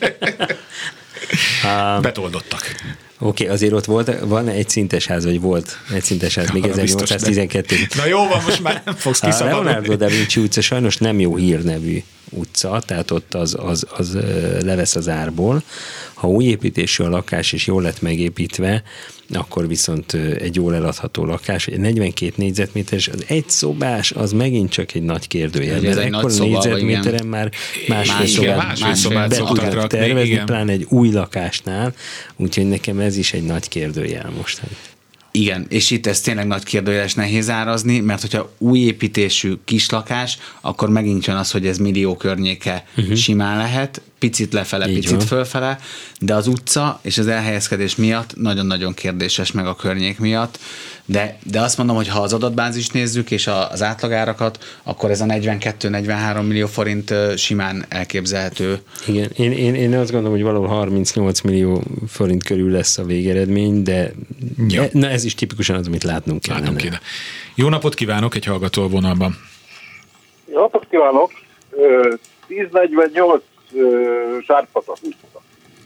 S2: Betoldottak.
S3: Oké, okay, azért ott volt, van egy szintes ház, vagy volt egy szintes ház, még ezernyolcszáztizenkettő.
S2: Na jó van, most már nem fogsz kiszabadulni.
S3: A Leonardo da Vinci utca sajnos nem jó hírnevű utca, tehát ott az, az, az levesz az árból. Ha új építésű a lakás és jól lett megépítve, akkor viszont egy jól eladható lakás, egy negyvenkét négyzetméteres, az egy szobás, az megint csak egy nagy kérdőjel. Mert ekkor négyzetméteren már másfél szobát, szobát be tudnak tervezni, igen. Pláne egy új lakásnál, úgyhogy nekem ez is egy nagy kérdőjel most.
S4: Igen, és itt ez tényleg nagy kérdőjeles, nehéz árazni, mert hogyha új építésű kislakás, akkor megint jön az, hogy ez millió környéke uh-huh. simán lehet, picit lefele, Így picit van. Fölfele, de az utca és az elhelyezkedés miatt nagyon-nagyon kérdéses, meg a környék miatt, de, de azt mondom, hogy ha az adatbázist nézzük, és az átlagárakat, akkor ez a negyvenkét-negyvenhárom millió forint simán elképzelhető.
S3: Igen, én, én, én azt gondolom, hogy valahol harmincnyolc millió forint körül lesz a végeredmény, de ja. e, na ez is tipikusan az, amit látnunk kellene. Látnunk kéne.
S2: Jó napot kívánok, egy hallgató a vonalban.
S13: Jó napot kívánok! tíz negyvennyolc Sárpatak utca.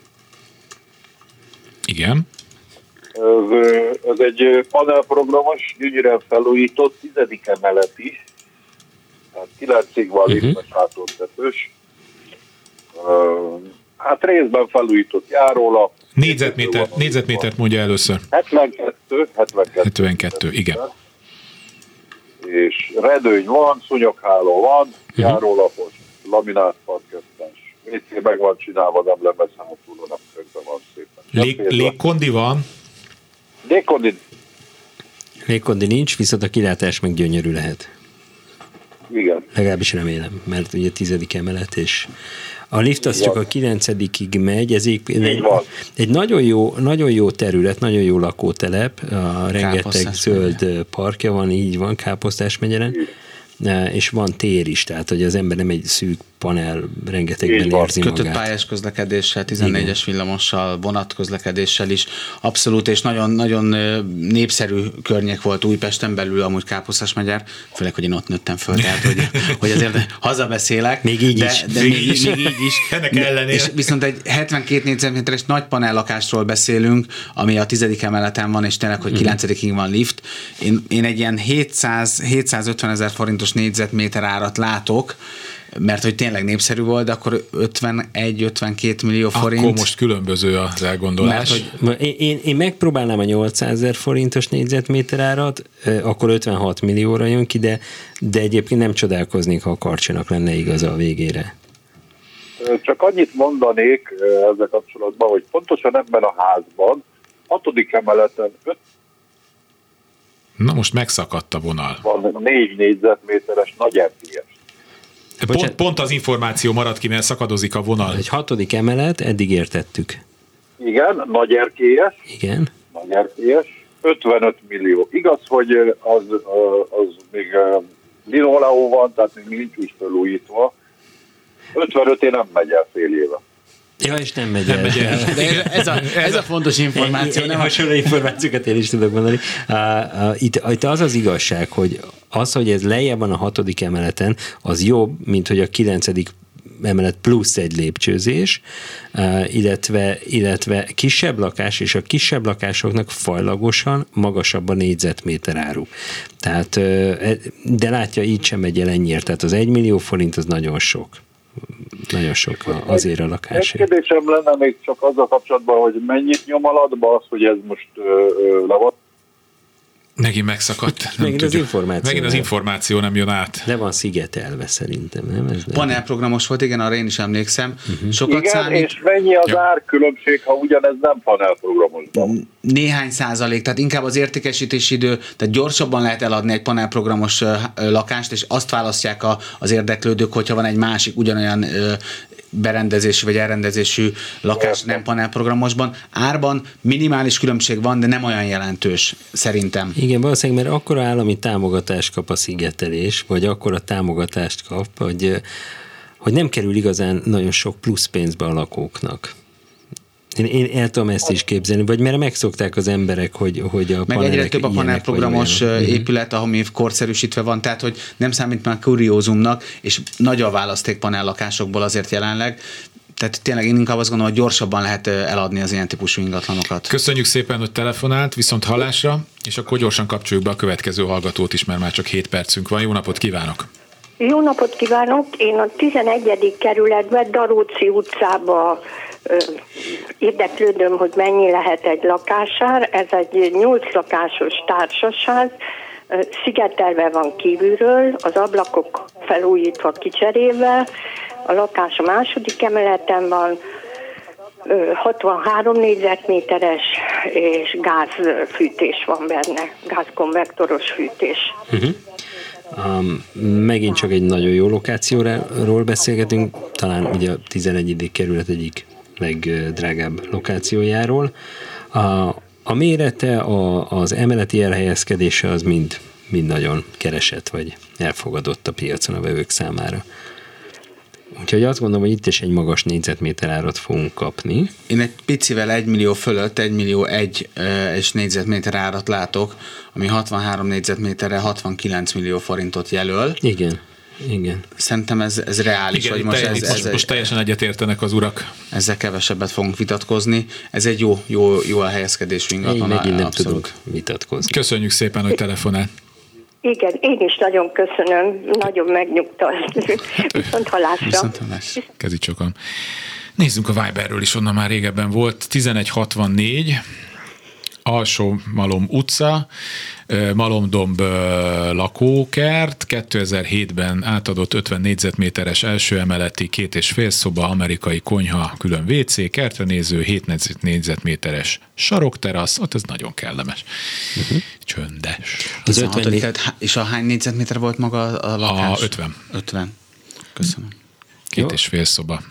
S2: Igen.
S13: Ez, ez egy panelprogramos, gyönyörűen felújított, tizedik emeleti, tehát kilencig van uh-huh. lépes hátultetős. Hát részben felújított járólap.
S2: Négyzetméter, négyzetmétert mondja először.
S13: hetvenkettő, hetvenkettő.
S2: hetvenkettő, igen.
S13: És redőny van, szúnyogháló van, uh-huh. járólapos, laminált parkettás. vé cé meg van csinálva, nem lemezem a túlónak, közben van szépen.
S2: Lég, légkondi van?
S13: Légkondi.
S3: Légkondi nincs, viszont a kilátás meg gyönyörű lehet.
S13: Igen.
S3: Legalábbis remélem, mert ugye tizedik emelet, és a lift az csak a kilencedikig megy, ez egy, egy, egy nagyon, jó, nagyon jó terület, nagyon jó lakótelep, a rengeteg zöld megye. Parkja van, így van, Káposztás megyeren, és van tér is, tehát hogy az ember nem egy szűk panel, rengetegben érzi magát.
S4: Kötött pályás közlekedéssel, tizennégyes villamossal, vonatközlekedéssel is, abszolút, és nagyon-nagyon népszerű környék volt Újpesten belül, amúgy Káposztás megyer, főleg, hogy én ott nőttem föl, tehát hogy, hogy azért hazabeszélek.
S3: Még így
S4: de,
S3: is.
S4: De még, még, még így is.
S2: Ennek ellenére.
S4: És viszont egy hetvenkét négyzetméteres nagy panellakásról beszélünk, ami a tizedik emeleten van, és tényleg, hogy kilencedikig van lift. Én, én egy ilyen hétszáz-hétszázötven ezer forintos négyzetméter árat látok, mert hogy tényleg népszerű volt, de akkor ötvenegy-ötvenkét millió forint.
S2: Akkor most különböző az elgondolás.
S3: Mert, hogy... én, én, én megpróbálnám a nyolcszázezer forintos négyzetméter árat, akkor ötvenhat millióra jön ki, de, de egyébként nem csodálkoznék, ha a Karcsinak lenne igaza a végére.
S13: Csak annyit mondanék ezzel kapcsolatban, hogy pontosan ebben a házban, hatodik emeleten öt
S2: Na most megszakadt a vonal.
S13: Van négy négyzetméteres nagy erkélyes.
S2: Pont, pont az információ maradt ki, mert szakadozik a vonal.
S3: Egy hatodik emelet, eddig értettük.
S13: Igen, nagy erkélyes.
S3: Igen.
S13: Nagy erkélyes. ötvenöt millió. Igaz, hogy az, az még linoleum van, tehát még nincs úgy felújítva. ötvenöt én nem megy el fél éve.
S3: Ja, és nem megy el.
S4: el. De ez, a, ez a fontos információ.
S3: Nem hasonló információkat én is tudok mondani. Itt, itt az az igazság, hogy az, hogy ez lejjebb van a hatodik emeleten, az jobb, mint hogy a kilencedik emelet plusz egy lépcsőzés, illetve, illetve kisebb lakás, és a kisebb lakásoknak fajlagosan magasabb a négyzetméter áru. Tehát, de látja, így sem megy el ennyiért. Tehát az egy millió forint az nagyon sok. Nagyon sok azért a lakásért.
S13: Egy kérdésem lenne még csak azzal kapcsolatban, hogy mennyit nyom alatba az, hogy ez most le van.
S2: Megint megszakadt.
S3: Megint az információ.
S2: Megint az információ nem jön át.
S3: Le van szigetelve szerintem, nem? Ez
S4: panelprogramos volt, igen, arra én is emlékszem.
S13: Uh-huh. Sokat igen, számít. És mennyi az ja. árkülönbség, ha ugyanez nem panelprogramosban?
S4: Néhány százalék, tehát inkább az értékesítési idő, tehát gyorsabban lehet eladni egy panelprogramos lakást, és azt választják a, az érdeklődők, hogyha van egy másik ugyanolyan berendezésű vagy elrendezésű lakás nem panelprogramosban. Árban minimális különbség van, de nem olyan jelentős, szerintem.
S3: Igen, valószínűleg, mert akkora állami támogatást kap a szigetelés, vagy akkora támogatást kap, hogy, hogy nem kerül igazán nagyon sok plusz pénzbe a lakóknak. Én, én el tudom ezt is képzelni, vagy mert megszokták az emberek, hogy, hogy a
S4: meg egyre több a panelprogramos épület, ami korszerűsítve van, tehát hogy nem számít már kuriózumnak, és nagy a választék panellakásokból azért jelenleg. Tehát tényleg én inkább azt gondolom, hogy gyorsabban lehet eladni az ilyen típusú ingatlanokat.
S2: Köszönjük szépen, hogy telefonált, viszont hallásra, és akkor gyorsan kapcsoljuk be a következő hallgatót is, mert már csak hét percünk van. Jó napot kívánok!
S14: Jó napot kívánok! Én a tizenegyedik kerületben, Daróci utcába ö, érdeklődöm, hogy mennyi lehet egy lakásár. Ez egy nyolc lakásos társaság, szigetelve van kívülről, az ablakok felújítva, kicserélve, a lakás a második emeleten van, hatvanhárom négyzetméteres, és gázfűtés van benne, gázkonvektoros fűtés.
S3: Uh-huh. Um, megint csak egy nagyon jó lokációról beszélgetünk, talán ugye a tizenegyedik kerület egyik legdrágább lokációjáról. A, a mérete, a, az emeleti elhelyezkedése az mind, mind nagyon keresett, vagy elfogadott a piacon a vevők számára. Úgyhogy azt gondolom, hogy itt is egy magas négyzetméter árat fogunk kapni.
S4: Én egy picivel egy millió fölött, egy millió egy és négyzetméter árat látok, ami hatvanhárom négyzetméterre hatvankilenc millió forintot jelöl.
S3: Igen. Igen.
S4: Szerintem ez, ez reális.
S2: Igen,
S4: vagy most,
S2: teljes,
S4: ez,
S2: most,
S4: ez,
S2: most teljesen egyetértenek az urak.
S4: Ezzel kevesebbet fogunk vitatkozni. Ez egy jó, jó, jó elhelyezkedésű ingatlan.
S3: Én megint nem tudok vitatkozni.
S2: Köszönjük szépen, hogy telefonál.
S14: Igen, én is nagyon köszönöm, nagyon megnyugtat. Viszont hallásra.
S4: Viszont hallásra.
S2: Kezdj sokan. Nézzünk a Viberről is, onnan már régebben volt. tizenegy hatvannégy Alsó Malom utca, Malomdomb lakókert, kétezer-hétben átadott ötven négyzetméteres első emeleti, két és fél szoba, amerikai konyha, külön vé cé, kertre néző, hét négyzetméteres sarokterasz, ott ez nagyon kellemes. Uh-huh. Csöndes.
S4: Az ötven né- és a hány négyzetméter volt maga a lakás?
S2: A ötven.
S4: ötven. Köszönöm.
S2: Két jó. És fél szoba.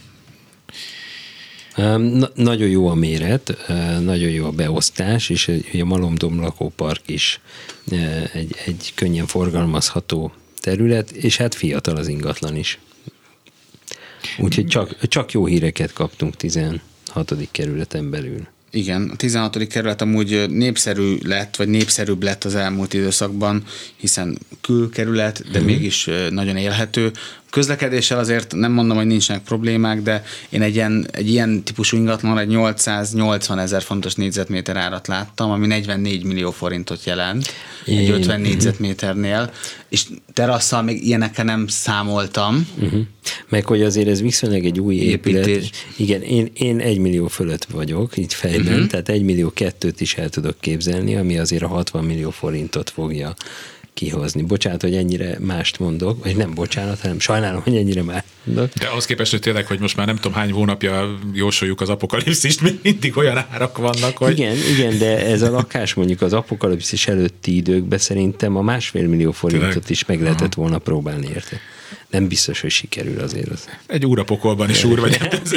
S3: Na, nagyon jó a méret, nagyon jó a beosztás, és a Malomdomb lakópark is egy, egy könnyen forgalmazható terület, és hát fiatal az ingatlan is. Úgyhogy csak, csak jó híreket kaptunk tizenhatodik kerületen belül.
S4: Igen, a tizenhatodik kerület amúgy népszerű lett, vagy népszerűbb lett az elmúlt időszakban, hiszen külkerület, de hmm. mégis nagyon élhető. Közlekedéssel azért nem mondom, hogy nincsenek problémák, de én egy ilyen, egy ilyen típusú ingatlan egy nyolcszáznyolcvan ezer fontos négyzetméter árat láttam, ami negyvennégy millió forintot jelent én... egy ötven négyzetméternél, és terasszal még ilyenekkel nem számoltam.
S3: Uh-huh. Meg hogy azért ez viszonylag egy új épület. Építés. Igen, én, én egy millió fölött vagyok, így fejben, uh-huh. tehát egy millió kettőt is el tudok képzelni, ami azért a hatvan millió forintot fogja kihozni. Bocsánat, hogy ennyire mást mondok, vagy nem bocsánat, hanem sajnálom, hogy ennyire mást mondok.
S2: De ahhoz képest, hogy tényleg, hogy most már nem tudom hány hónapja jósoljuk az apokalipszist, még mindig olyan árak vannak, hogy...
S3: Igen, igen, de ez a lakás mondjuk az apokalipszis előtti időkben szerintem a másfél millió forintot tényleg? Is meg lehetett volna próbálni érte. Nem biztos, hogy sikerül azért az.
S2: Egy úrapokolban is úr vagy.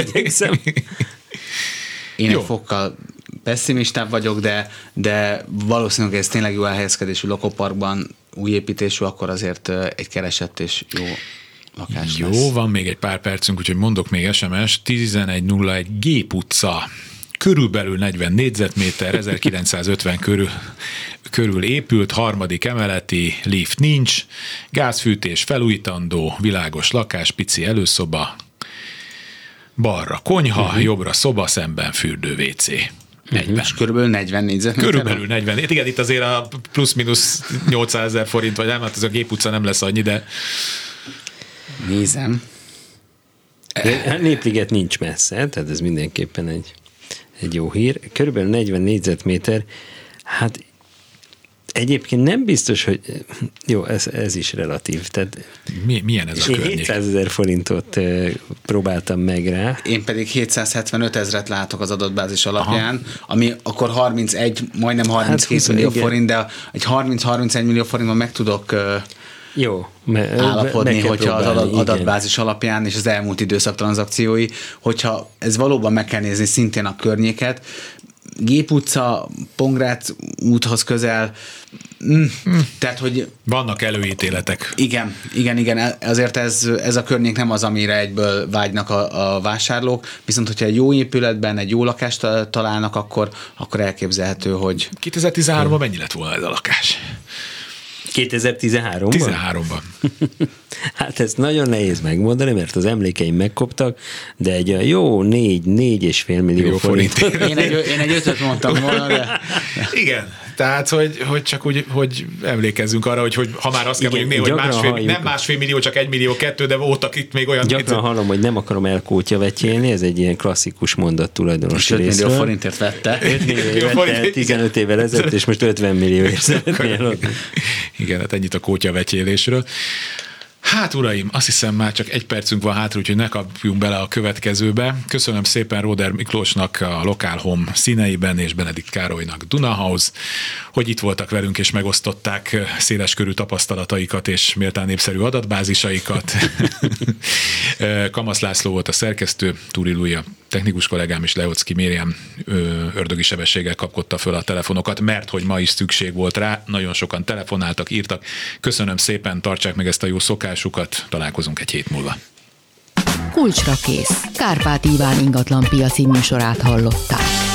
S4: Én jó. Egy fokkal pessimistább vagyok, de, de valószínűleg ez tényleg jó elhelyezkedésű lakóparkban, új építésű, akkor azért egy keresett és jó lakás
S2: jó,
S4: lesz.
S2: Van még egy pár percünk, úgyhogy mondok még es em es. tizenegy nulla egy Gép utca, körülbelül negyven négyzetméter, ezerkilencszázötven körül, körül épült, harmadik emeleti, lift nincs, gázfűtés felújítandó, világos lakás, pici előszoba, balra konyha, uh-huh. jobbra szoba, szemben fürdő vé cé.
S4: Uh-huh. És körülbelül negyven négyzetméter?
S2: Körülbelül negyven. Igen, itt azért a plusz-minusz nyolcszázezer forint, vagy nem, hát ez a Gép utca nem lesz annyi, de...
S4: Nézem.
S3: Népliget nincs messze, tehát ez mindenképpen egy, egy jó hír. Körülbelül negyven négyzetméter, hát egyébként nem biztos, hogy jó, ez, ez is relatív. Tehát
S2: Mi, milyen ez a környék?
S3: hétszázezer forintot próbáltam meg rá.
S4: Én pedig hétszázhetvenöt ezret látok az adatbázis alapján, aha. ami akkor harmincegy, majdnem harminckét hát, millió igen. forint, de egy harminc-harmincegy millió forintban meg tudok
S3: jó,
S4: me- állapodni, hogyha az adat, adatbázis alapján és az elmúlt időszak tranzakciói, hogyha ez valóban meg kell nézni szintén a környéket, Gép utca, Pongrác úthoz közel, mm, hm. tehát, hogy...
S2: Vannak előítéletek.
S4: Igen, igen, igen, azért ez, ez a környék nem az, amire egyből vágynak a, a vásárlók, viszont hogyha egy jó épületben egy jó lakást találnak, akkor, akkor elképzelhető, hogy...
S2: kétezer-tizenháromban mennyi lett volna ez a lakás?
S3: kétezer-tizenháromban?
S2: tizenháromban.
S3: Hát ezt nagyon nehéz megmondani, mert az emlékeim megkoptak, de egy jó négy, négy és fél millió, millió forint. forint.
S4: Én, egy, én egy ötöt mondtam volna, de...
S2: Igen, tehát, hogy, hogy csak úgy, hogy emlékezzünk arra, hogy, hogy ha már azt kell mondjuk néha, hogy másfél, nem másfél millió, csak egy millió kettő, de voltak itt még olyan...
S3: Gyakran négy... hallom, hogy nem akarom elkótya vetjélni, ez egy ilyen klasszikus mondat tulajdonosi részről.
S4: öt millió forintért vette.
S3: öt millió vette tizenöt évvel ezelőtt, és most ötven millióért szeretnél.
S2: Igen, hát ennyit a kótyavetjélésről. Hát uraim, azt hiszem már csak egy percünk van hátra, úgyhogy ne kapjunk bele a következőbe. Köszönöm szépen Róder Miklósnak a Lokál Home színeiben és Benedikt Károlynak Dunahouse, hogy itt voltak velünk és megosztották széleskörű tapasztalataikat és méltán népszerű adatbázisaikat. Kamasz László volt a szerkesztő, Túri Lújja technikus kollégám és Leocki Mériam ördögi sebességgel kapkodta föl a telefonokat, mert hogy ma is szükség volt rá, nagyon sokan telefonáltak, írtak. Köszönöm szépen, tartsák meg ezt a jó szokásukat, találkozunk egy hét múlva.
S1: Kulcsra kész. Kárpát Iván ingatlan piaci műsorát hallották.